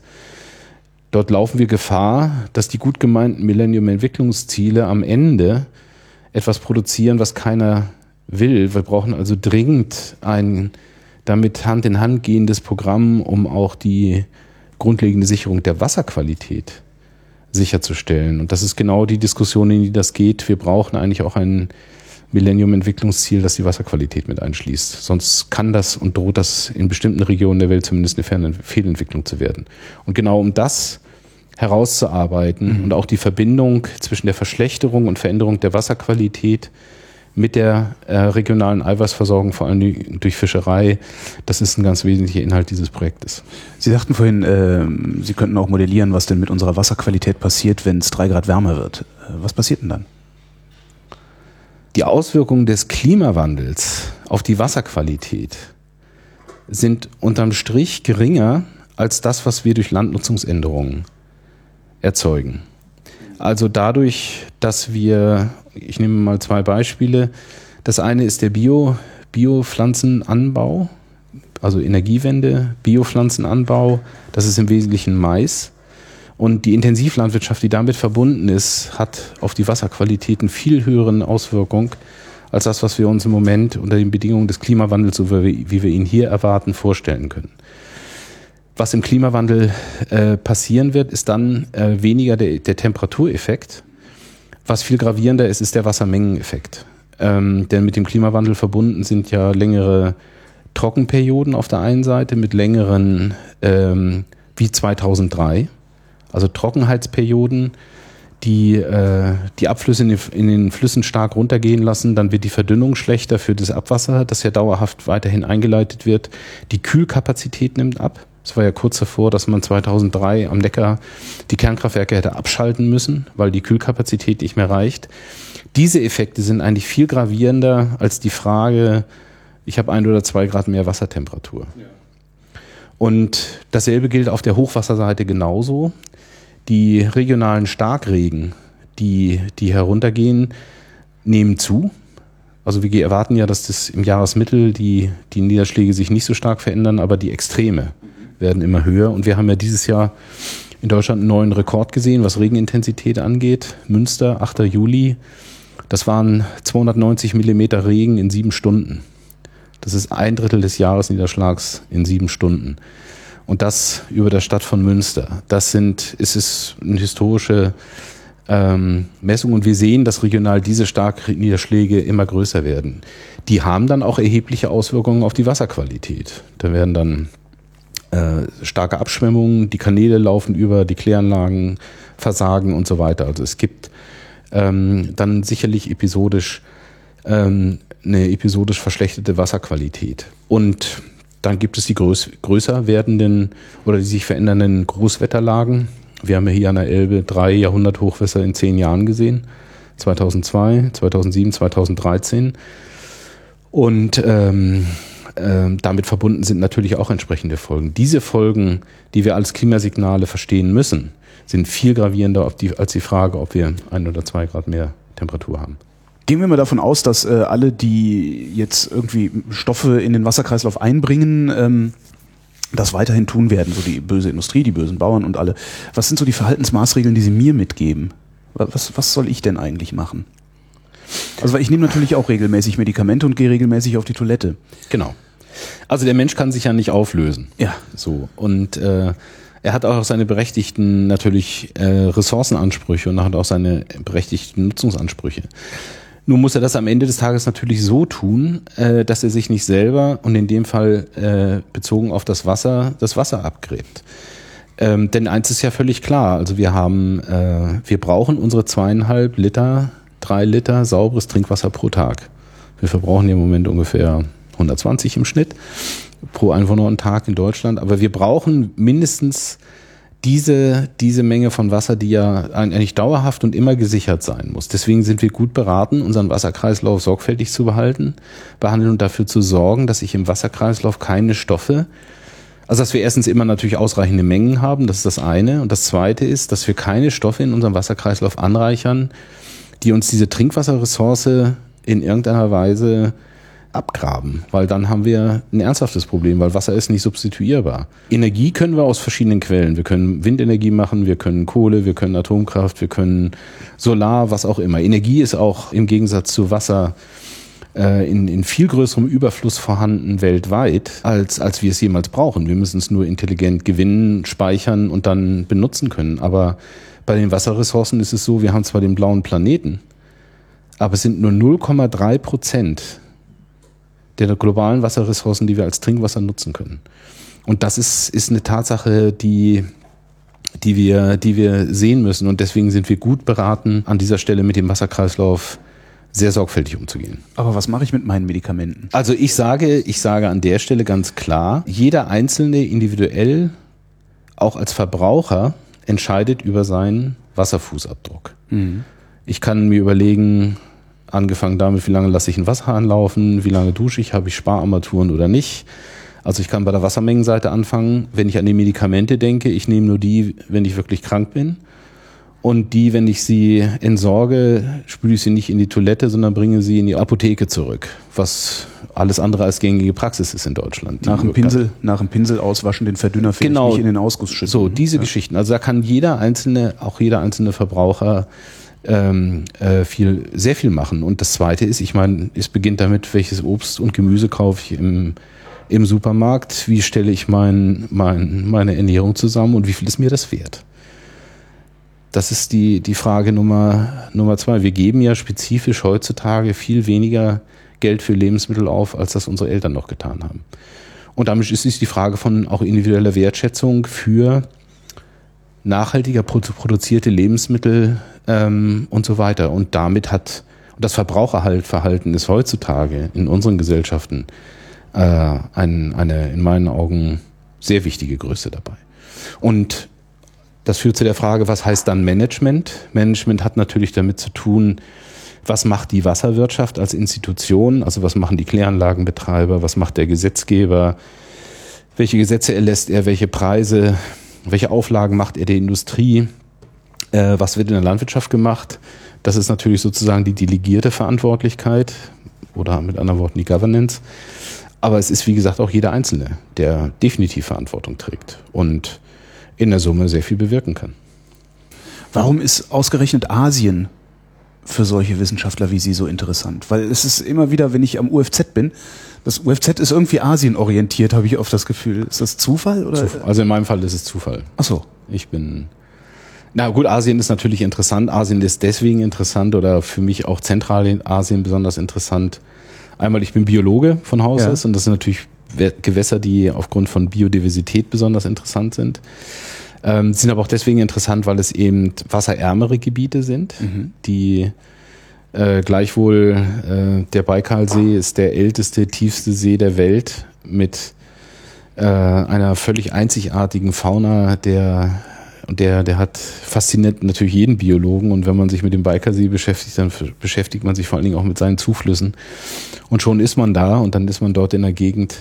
dort laufen wir Gefahr, dass die gut gemeinten Millennium-Entwicklungsziele am Ende etwas produzieren, was keiner will. Wir brauchen also dringend ein damit Hand in Hand gehendes Programm, um auch die grundlegende Sicherung der Wasserqualität sicherzustellen. Und das ist genau die Diskussion, in die das geht. Wir brauchen eigentlich auch ein Millennium-Entwicklungsziel, das die Wasserqualität mit einschließt. Sonst kann das und droht das in bestimmten Regionen der Welt zumindest eine Fehlentwicklung zu werden. Und genau um das herauszuarbeiten mhm. und auch die Verbindung zwischen der Verschlechterung und Veränderung der Wasserqualität mit der äh, regionalen Eiweißversorgung, vor allem durch Fischerei, das ist ein ganz wesentlicher Inhalt dieses Projektes. Sie sagten vorhin, äh, Sie könnten auch modellieren, was denn mit unserer Wasserqualität passiert, wenn es drei Grad wärmer wird. Äh, was passiert denn dann? Die Auswirkungen des Klimawandels auf die Wasserqualität sind unterm Strich geringer als das, was wir durch Landnutzungsänderungen erzeugen. Also dadurch, dass wir, ich nehme mal zwei Beispiele. Das eine ist der Bio, Biopflanzenanbau, also Energiewende, Biopflanzenanbau. Das ist im Wesentlichen Mais. Und die Intensivlandwirtschaft, die damit verbunden ist, hat auf die Wasserqualitäten viel höheren Auswirkungen als das, was wir uns im Moment unter den Bedingungen des Klimawandels, so wie wir ihn hier erwarten, vorstellen können. Was im Klimawandel äh, passieren wird, ist dann äh, weniger der, der Temperatureffekt. Was viel gravierender ist, ist der Wassermengeneffekt. Ähm, denn mit dem Klimawandel verbunden sind ja längere Trockenperioden auf der einen Seite mit längeren, ähm, wie zweitausenddrei, also Trockenheitsperioden, die äh, die Abflüsse in den, in den Flüssen stark runtergehen lassen. Dann wird die Verdünnung schlechter für das Abwasser, das ja dauerhaft weiterhin eingeleitet wird. Die Kühlkapazität nimmt ab. Es war ja kurz davor, dass man zweitausenddrei am Neckar die Kernkraftwerke hätte abschalten müssen, weil die Kühlkapazität nicht mehr reicht. Diese Effekte sind eigentlich viel gravierender als die Frage, ich habe ein oder zwei Grad mehr Wassertemperatur. Ja. Und dasselbe gilt auf der Hochwasserseite genauso. Die regionalen Starkregen, die, die heruntergehen, nehmen zu. Also wir erwarten ja, dass das im Jahresmittel die, die Niederschläge sich nicht so stark verändern, aber die Extreme werden immer höher. Und wir haben ja dieses Jahr in Deutschland einen neuen Rekord gesehen, was Regenintensität angeht. Münster, achter Juli, das waren zweihundertneunzig Millimeter Regen in sieben Stunden. Das ist ein Drittel des Jahresniederschlags in sieben Stunden. Und das über der Stadt von Münster. Das sind, es ist eine historische ähm, Messung. Und wir sehen, dass regional diese Starkniederschläge immer größer werden. Die haben dann auch erhebliche Auswirkungen auf die Wasserqualität. Da werden dann äh, starke Abschwemmungen, die Kanäle laufen über, die Kläranlagen versagen und so weiter. Also es gibt ähm, dann sicherlich episodisch ähm, eine episodisch verschlechterte Wasserqualität. Und dann gibt es die größ- größer werdenden oder die sich verändernden Großwetterlagen. Wir haben ja hier an der Elbe drei Jahrhunderthochwässer in zehn Jahren gesehen. zweitausendzwei, zweitausendsieben, zweitausenddreizehn. Und ähm, äh, damit verbunden sind natürlich auch entsprechende Folgen. Diese Folgen, die wir als Klimasignale verstehen müssen, sind viel gravierender auf die, als die Frage, ob wir ein oder zwei Grad mehr Temperatur haben. Gehen wir mal davon aus, dass äh, alle, die jetzt irgendwie Stoffe in den Wasserkreislauf einbringen, ähm, das weiterhin tun werden, so die böse Industrie, die bösen Bauern und alle. Was sind so die Verhaltensmaßregeln, die Sie mir mitgeben? Was, was soll ich denn eigentlich machen? Also weil ich nehme natürlich auch regelmäßig Medikamente und gehe regelmäßig auf die Toilette. Genau. Also der Mensch kann sich ja nicht auflösen. Ja. So. Und äh, er hat auch seine berechtigten natürlich äh, Ressourcenansprüche und er hat auch seine berechtigten Nutzungsansprüche. Nun muss er das am Ende des Tages natürlich so tun, äh, dass er sich nicht selber und in dem Fall äh, bezogen auf das Wasser, das Wasser abgräbt. Ähm, denn eins ist ja völlig klar, also wir haben, äh, wir brauchen unsere zweieinhalb Liter, drei Liter sauberes Trinkwasser pro Tag. Wir verbrauchen im Moment ungefähr hundertzwanzig im Schnitt pro Einwohner und Tag in Deutschland, aber wir brauchen mindestens diese, diese Menge von Wasser, die ja eigentlich dauerhaft und immer gesichert sein muss. Deswegen sind wir gut beraten, unseren Wasserkreislauf sorgfältig zu behalten, behandeln und dafür zu sorgen, dass sich im Wasserkreislauf keine Stoffe, also dass wir erstens immer natürlich ausreichende Mengen haben, das ist das eine. Und das zweite ist, dass wir keine Stoffe in unserem Wasserkreislauf anreichern, die uns diese Trinkwasserressource in irgendeiner Weise abgraben, weil dann haben wir ein ernsthaftes Problem, weil Wasser ist nicht substituierbar. Energie können wir aus verschiedenen Quellen. Wir können Windenergie machen, wir können Kohle, wir können Atomkraft, wir können Solar, was auch immer. Energie ist auch im Gegensatz zu Wasser äh, in, in viel größerem Überfluss vorhanden weltweit, als, als wir es jemals brauchen. Wir müssen es nur intelligent gewinnen, speichern und dann benutzen können. Aber bei den Wasserressourcen ist es so, wir haben zwar den blauen Planeten, aber es sind nur null Komma drei Prozent der globalen Wasserressourcen, die wir als Trinkwasser nutzen können. Und das ist, ist eine Tatsache, die, die wir, die wir sehen müssen. Und deswegen sind wir gut beraten, an dieser Stelle mit dem Wasserkreislauf sehr sorgfältig umzugehen. Aber was mache ich mit meinen Medikamenten? Also ich sage, ich sage an der Stelle ganz klar, jeder Einzelne individuell, auch als Verbraucher, entscheidet über seinen Wasserfußabdruck. Mhm. Ich kann mir überlegen, angefangen damit, wie lange lasse ich einen Wasserhahn laufen, wie lange dusche ich, habe ich Spararmaturen oder nicht. Also ich kann bei der Wassermengenseite anfangen, wenn ich an die Medikamente denke, ich nehme nur die, wenn ich wirklich krank bin. Und die, wenn ich sie entsorge, spüle ich sie nicht in die Toilette, sondern bringe sie in die Apotheke zurück. Was alles andere als gängige Praxis ist in Deutschland. Nach dem Pinsel, nach dem Pinsel auswaschen, den Verdünner vielleicht genau, nicht in den Ausguss schütten. So, diese ja. Geschichten. Also da kann jeder einzelne, auch jeder einzelne Verbraucher ähm, äh, viel, sehr viel machen. Und das Zweite ist, ich meine, es beginnt damit, welches Obst und Gemüse kaufe ich im, im Supermarkt, wie stelle ich mein, mein, meine Ernährung zusammen und wie viel ist mir das wert? Das ist die, die Frage Nummer, Nummer zwei. Wir geben ja spezifisch heutzutage viel weniger Geld für Lebensmittel auf, als das unsere Eltern noch getan haben. Und damit ist es die Frage von auch individueller Wertschätzung für nachhaltiger produzierte Lebensmittel ähm, und so weiter. Und damit hat und das Verbraucherverhalten ist heutzutage in unseren Gesellschaften äh, ein, eine in meinen Augen sehr wichtige Größe dabei. Und das führt zu der Frage, was heißt dann Management? Management hat natürlich damit zu tun, was macht die Wasserwirtschaft als Institution? Also was machen die Kläranlagenbetreiber? Was macht der Gesetzgeber? Welche Gesetze erlässt er? Welche Preise? Welche Auflagen macht er der Industrie? Äh, was wird in der Landwirtschaft gemacht? Das ist natürlich sozusagen die delegierte Verantwortlichkeit oder mit anderen Worten die Governance. Aber es ist wie gesagt auch jeder Einzelne, der definitiv Verantwortung trägt und in der Summe sehr viel bewirken kann. Warum ist ausgerechnet Asien für solche Wissenschaftler wie Sie so interessant? Weil es ist immer wieder, wenn ich am U F Z bin, das U F Z ist irgendwie asienorientiert, habe ich oft das Gefühl. Ist das Zufall? Oder? Zufall. Also in meinem Fall ist es Zufall. Ach so. Ich bin, na gut, Asien ist natürlich interessant. Asien ist deswegen interessant oder für mich auch Zentralasien besonders interessant. Einmal, ich bin Biologe von Haus aus ja. und das sind natürlich Gewässer, die aufgrund von Biodiversität besonders interessant sind. Ähm, sind aber auch deswegen interessant, weil es eben wasserärmere Gebiete sind, mhm. die äh, gleichwohl äh, der Baikalsee ist der älteste, tiefste See der Welt mit äh, einer völlig einzigartigen Fauna, der der der hat fasziniert natürlich jeden Biologen und wenn man sich mit dem Baikalsee beschäftigt, dann beschäftigt man sich vor allen Dingen auch mit seinen Zuflüssen und schon ist man da und dann ist man dort in der Gegend,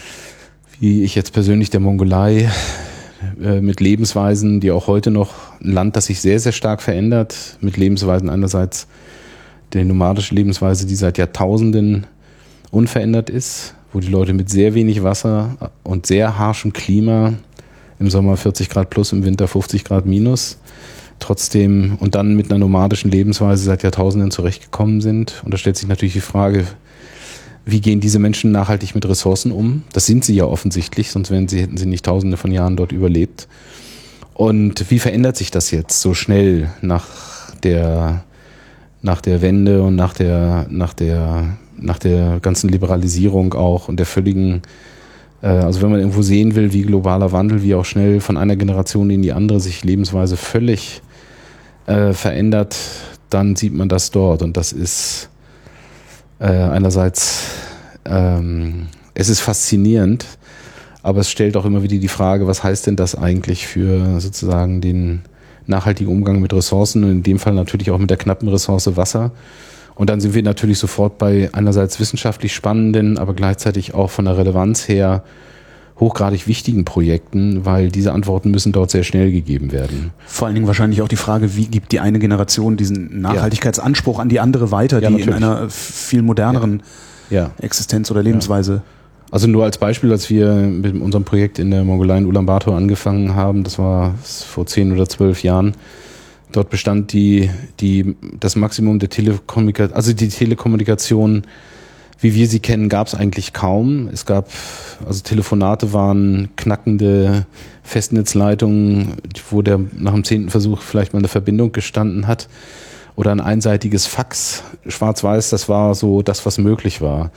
wie ich jetzt persönlich der Mongolei, äh, mit Lebensweisen, die auch heute noch ein Land, das sich sehr, sehr stark verändert, mit Lebensweisen einerseits der nomadische Lebensweise, die seit Jahrtausenden unverändert ist, wo die Leute mit sehr wenig Wasser und sehr harschem Klima im Sommer vierzig Grad plus, im Winter fünfzig Grad minus, trotzdem und dann mit einer nomadischen Lebensweise seit Jahrtausenden zurechtgekommen sind. Und da stellt sich natürlich die Frage, wie gehen diese Menschen nachhaltig mit Ressourcen um? Das sind sie ja offensichtlich, sonst wären sie, hätten sie nicht tausende von Jahren dort überlebt. Und wie verändert sich das jetzt so schnell nach der, nach der Wende und nach der, nach der, nach der ganzen Liberalisierung auch und der völligen, äh, also wenn man irgendwo sehen will, wie globaler Wandel, wie auch schnell von einer Generation in die andere sich Lebensweise völlig äh, verändert, dann sieht man das dort. Und das ist Äh, einerseits, ähm, es ist faszinierend, aber es stellt auch immer wieder die Frage, was heißt denn das eigentlich für sozusagen den nachhaltigen Umgang mit Ressourcen und in dem Fall natürlich auch mit der knappen Ressource Wasser. Und dann sind wir natürlich sofort bei einerseits wissenschaftlich spannenden, aber gleichzeitig auch von der Relevanz her hochgradig wichtigen Projekten, weil diese Antworten müssen dort sehr schnell gegeben werden. Vor allen Dingen wahrscheinlich auch die Frage, wie gibt die eine Generation diesen Nachhaltigkeitsanspruch ja. an die andere weiter, ja, die natürlich. in einer viel moderneren ja. Ja. Existenz oder Lebensweise. Ja. Also nur als Beispiel, als wir mit unserem Projekt in der Mongolei in Ulaanbaatar angefangen haben, das war vor zehn oder zwölf Jahren, dort bestand die, die, das Maximum der Telekommunikation, also die Telekommunikation, wie wir sie kennen, gab es eigentlich kaum. Es gab, also Telefonate waren knackende Festnetzleitungen, wo der nach dem zehnten Versuch vielleicht mal eine Verbindung gestanden hat. Oder ein einseitiges Fax, schwarz-weiß, das war so das, was möglich war.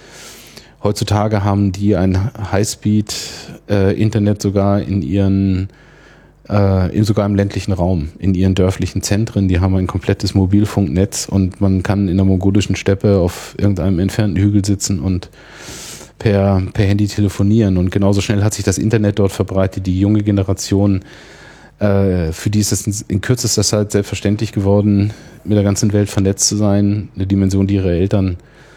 Heutzutage haben die ein Highspeed-Internet sogar in ihren äh, in, sogar im ländlichen Raum, in ihren dörflichen Zentren. Die haben ein komplettes Mobilfunknetz und man kann in der mongolischen Steppe auf irgendeinem entfernten Hügel sitzen und per, per Handy telefonieren. Und genauso schnell hat sich das Internet dort verbreitet. Die junge Generation, äh, für die ist es in, in kürzester Zeit selbstverständlich geworden, mit der ganzen Welt vernetzt zu sein. Eine Dimension, die ihre Eltern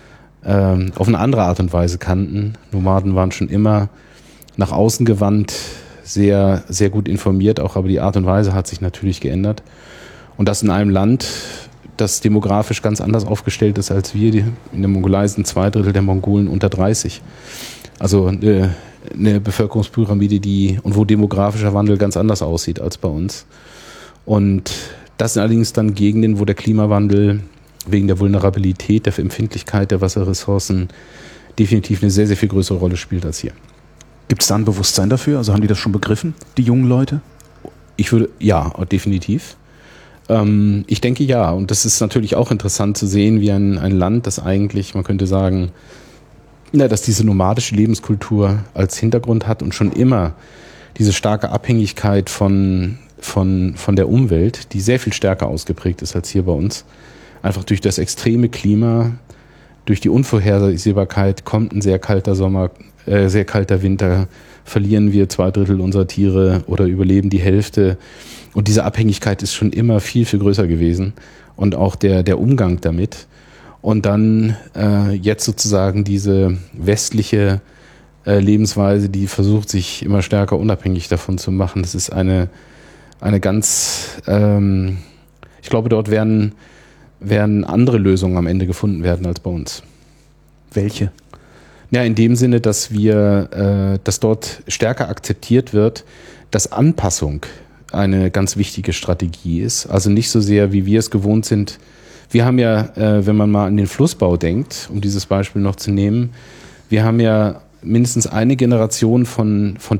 äh, auf eine andere Art und Weise kannten. Nomaden waren schon immer nach außen gewandt, sehr, sehr gut informiert auch, aber die Art und Weise hat sich natürlich geändert. Und das in einem Land, das demografisch ganz anders aufgestellt ist als wir. Die, in der Mongolei sind zwei Drittel der Mongolen unter dreißig. Also eine, eine Bevölkerungspyramide, die und wo demografischer Wandel ganz anders aussieht als bei uns. Und das sind allerdings dann Gegenden, wo der Klimawandel wegen der Vulnerabilität, der Empfindlichkeit der Wasserressourcen definitiv eine sehr, sehr viel größere Rolle spielt als hier. Gibt es da ein Bewusstsein dafür? Also haben die das schon begriffen, die jungen Leute? Ich würde, ja, definitiv. Ähm, ich denke ja. Und das ist natürlich auch interessant zu sehen, wie ein, ein Land, das eigentlich, man könnte sagen, na, dass diese nomadische Lebenskultur als Hintergrund hat und schon immer diese starke Abhängigkeit von, von, von der Umwelt, die sehr viel stärker ausgeprägt ist als hier bei uns. Einfach durch das extreme Klima, durch die Unvorhersehbarkeit, kommt ein sehr kalter Sommer, äh, sehr kalter Winter, verlieren wir zwei Drittel unserer Tiere oder überleben die Hälfte. Und diese Abhängigkeit ist schon immer viel, viel größer gewesen. Und auch der, der Umgang damit. Und dann äh, jetzt sozusagen diese westliche äh, Lebensweise, die versucht, sich immer stärker unabhängig davon zu machen. Das ist eine, eine ganz, ähm, ich glaube, dort werden, werden andere Lösungen am Ende gefunden werden als bei uns. Welche? Ja, in dem Sinne, dass wir, äh, dass dort stärker akzeptiert wird, dass Anpassung eine ganz wichtige Strategie ist. Also nicht so sehr, wie wir es gewohnt sind. Wir haben ja, äh, wenn man mal an den Flussbau denkt, um dieses Beispiel noch zu nehmen, wir haben ja mindestens eine Generation von, von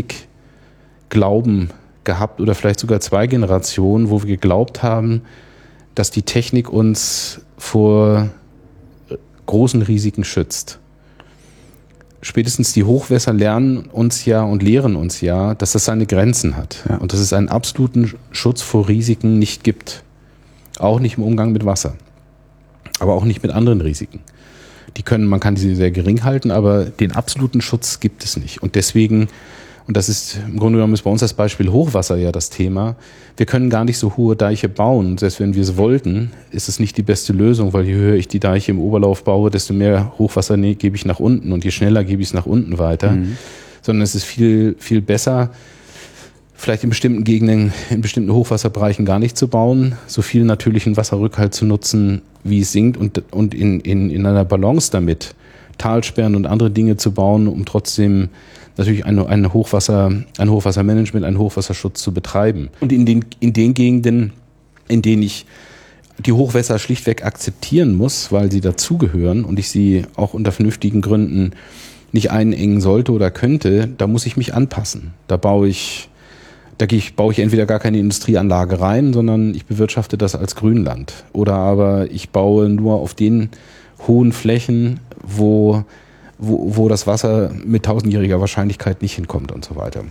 Technikglauben gehabt oder vielleicht sogar zwei Generationen, wo wir geglaubt haben, dass die Technik uns vor großen Risiken schützt. Spätestens die Hochwässer lernen uns ja und lehren uns ja, dass das seine Grenzen hat. Ja. Und dass es einen absoluten Schutz vor Risiken nicht gibt. Auch nicht im Umgang mit Wasser. Aber auch nicht mit anderen Risiken. Die können, man kann diese sehr gering halten, aber den absoluten Schutz gibt es nicht. Und deswegen, und das ist im Grunde genommen ist bei uns das Beispiel Hochwasser ja das Thema, wir können gar nicht so hohe Deiche bauen. Selbst wenn wir es wollten, ist es nicht die beste Lösung, weil je höher ich die Deiche im Oberlauf baue, desto mehr Hochwasser ne, gebe ich nach unten und je schneller gebe ich es nach unten weiter. Mhm. Sondern es ist viel, viel besser, vielleicht in bestimmten Gegenden, in bestimmten Hochwasserbereichen gar nicht zu bauen, so viel natürlichen Wasserrückhalt zu nutzen, wie es sinkt und, und in, in, in einer Balance damit Talsperren und andere Dinge zu bauen, um trotzdem natürlich ein, ein Hochwasser, ein Hochwassermanagement, einen Hochwasserschutz zu betreiben. Und in den, in den Gegenden, in denen ich die Hochwässer schlichtweg akzeptieren muss, weil sie dazugehören und ich sie auch unter vernünftigen Gründen nicht einengen sollte oder könnte, da muss ich mich anpassen. Da baue ich, da gehe ich, baue ich entweder gar keine Industrieanlage rein, sondern ich bewirtschafte das als Grünland. Oder aber ich baue nur auf den hohen Flächen, wo Wo, wo das Wasser mit tausendjähriger Wahrscheinlichkeit nicht hinkommt und so weiter.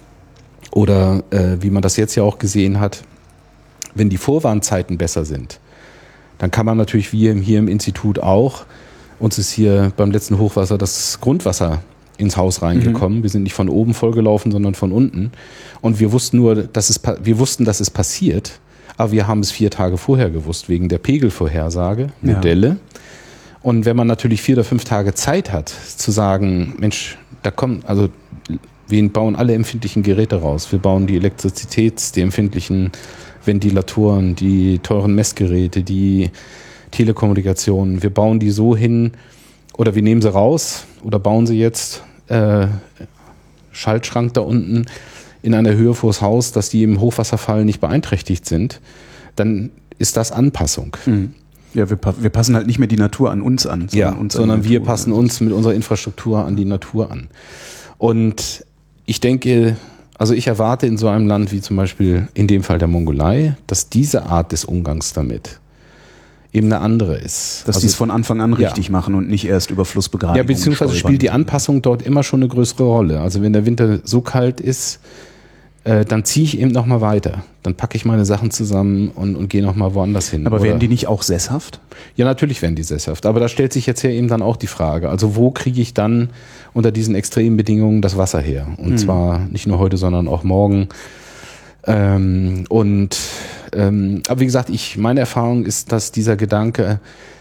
Oder äh, wie man das jetzt ja auch gesehen hat, wenn die Vorwarnzeiten besser sind, dann kann man natürlich, wie hier im Institut auch, uns ist hier beim letzten Hochwasser das Grundwasser ins Haus reingekommen. Mhm. Wir sind nicht von oben vollgelaufen, sondern von unten. Und wir wussten nur, dass es, wir wussten, dass es passiert, aber wir haben es vier Tage vorher gewusst, wegen der Pegelvorhersage, Modelle. Ja. Und wenn man natürlich vier oder fünf Tage Zeit hat, zu sagen, Mensch, da kommen, also wir bauen alle empfindlichen Geräte raus. Wir bauen die Elektrizitäts-, die empfindlichen Ventilatoren, die teuren Messgeräte, die Telekommunikation. Wir bauen die so hin, oder wir nehmen sie raus, oder bauen sie jetzt äh, Schaltschrank da unten in einer Höhe vors Haus, dass die im Hochwasserfall nicht beeinträchtigt sind. Dann ist das Anpassung. Mhm. Ja, wir, wir passen halt nicht mehr die Natur an uns an. Sondern ja, uns sondern an wir Natur, passen uns mit unserer Infrastruktur an die Natur an. Und ich denke, also ich erwarte in so einem Land wie zum Beispiel in dem Fall der Mongolei, dass diese Art des Umgangs damit eben eine andere ist. Dass also, die es von Anfang an richtig ja. machen und nicht erst über Flussbegradigung. Ja, beziehungsweise spielt die Anpassung dort immer schon eine größere Rolle. Also wenn der Winter so kalt ist, äh, dann ziehe ich eben nochmal weiter. Dann packe ich meine Sachen zusammen und, und gehe nochmal woanders hin. Aber Oder, werden die nicht auch sesshaft? Ja, natürlich werden die sesshaft. Aber da stellt sich jetzt ja eben dann auch die Frage, also wo kriege ich dann unter diesen extremen Bedingungen das Wasser her? Und mhm. zwar nicht nur heute, sondern auch morgen. Ähm, und ähm, aber wie gesagt, ich meine Erfahrung ist, dass dieser Gedanke,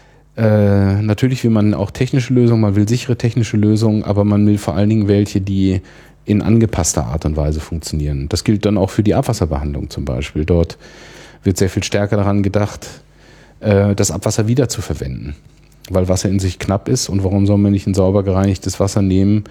äh, natürlich will man auch technische Lösungen, man will sichere technische Lösungen, aber man will vor allen Dingen welche, die in angepasster Art und Weise funktionieren. Das gilt dann auch für die Abwasserbehandlung zum Beispiel. Dort wird sehr viel stärker daran gedacht, äh, das Abwasser wieder zu verwenden, weil Wasser in sich knapp ist. Und warum soll man nicht ein sauber gereinigtes Wasser nehmen,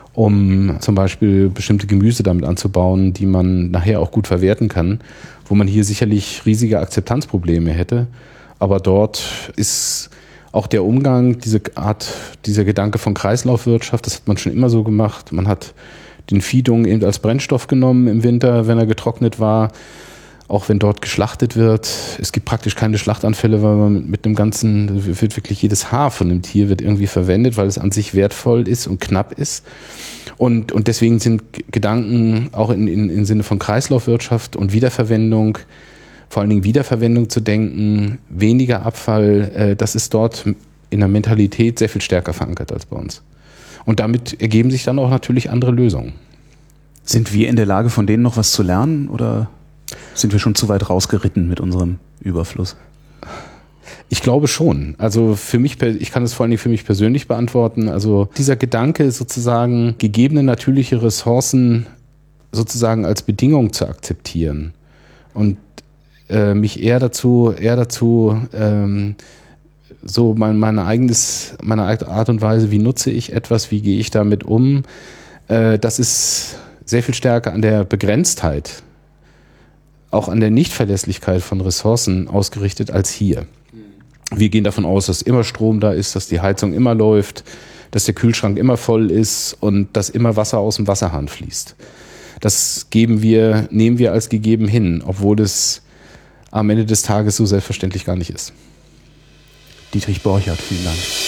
um zum Beispiel bestimmte Gemüse damit anzubauen, die man nachher auch gut verwerten kann, wo man hier sicherlich riesige Akzeptanzprobleme hätte. Aber dort ist auch der Umgang, diese Art, dieser Gedanke von Kreislaufwirtschaft, das hat man schon immer so gemacht. Man hat den Viehdung eben als Brennstoff genommen im Winter, wenn er getrocknet war, auch wenn dort geschlachtet wird. Es gibt praktisch keine Schlachtanfälle, weil man mit, mit einem ganzen, wird wirklich jedes Haar von dem Tier wird irgendwie verwendet, weil es an sich wertvoll ist und knapp ist. Und, und deswegen sind Gedanken auch in, in, im Sinne von Kreislaufwirtschaft und Wiederverwendung, vor allen Dingen Wiederverwendung zu denken, weniger Abfall, äh, das ist dort in der Mentalität sehr viel stärker verankert als bei uns. Und damit ergeben sich dann auch natürlich andere Lösungen. Sind wir in der Lage, von denen noch was zu lernen oder sind wir schon zu weit rausgeritten mit unserem Überfluss? Ich glaube schon. Also für mich, ich kann es vor allen Dingen für mich persönlich beantworten. Also dieser Gedanke, sozusagen gegebene natürliche Ressourcen sozusagen als Bedingung zu akzeptieren und äh, mich eher dazu, eher dazu ähm, so mein, meine eigenes, meine eigene Art und Weise, wie nutze ich etwas, wie gehe ich damit um, äh, das ist sehr viel stärker an der Begrenztheit, auch an der Nichtverlässlichkeit von Ressourcen ausgerichtet als hier. Wir gehen davon aus, dass immer Strom da ist, dass die Heizung immer läuft, dass der Kühlschrank immer voll ist und dass immer Wasser aus dem Wasserhahn fließt. Das geben wir, nehmen wir als gegeben hin, obwohl es am Ende des Tages so selbstverständlich gar nicht ist. Dietrich Borchardt, vielen Dank.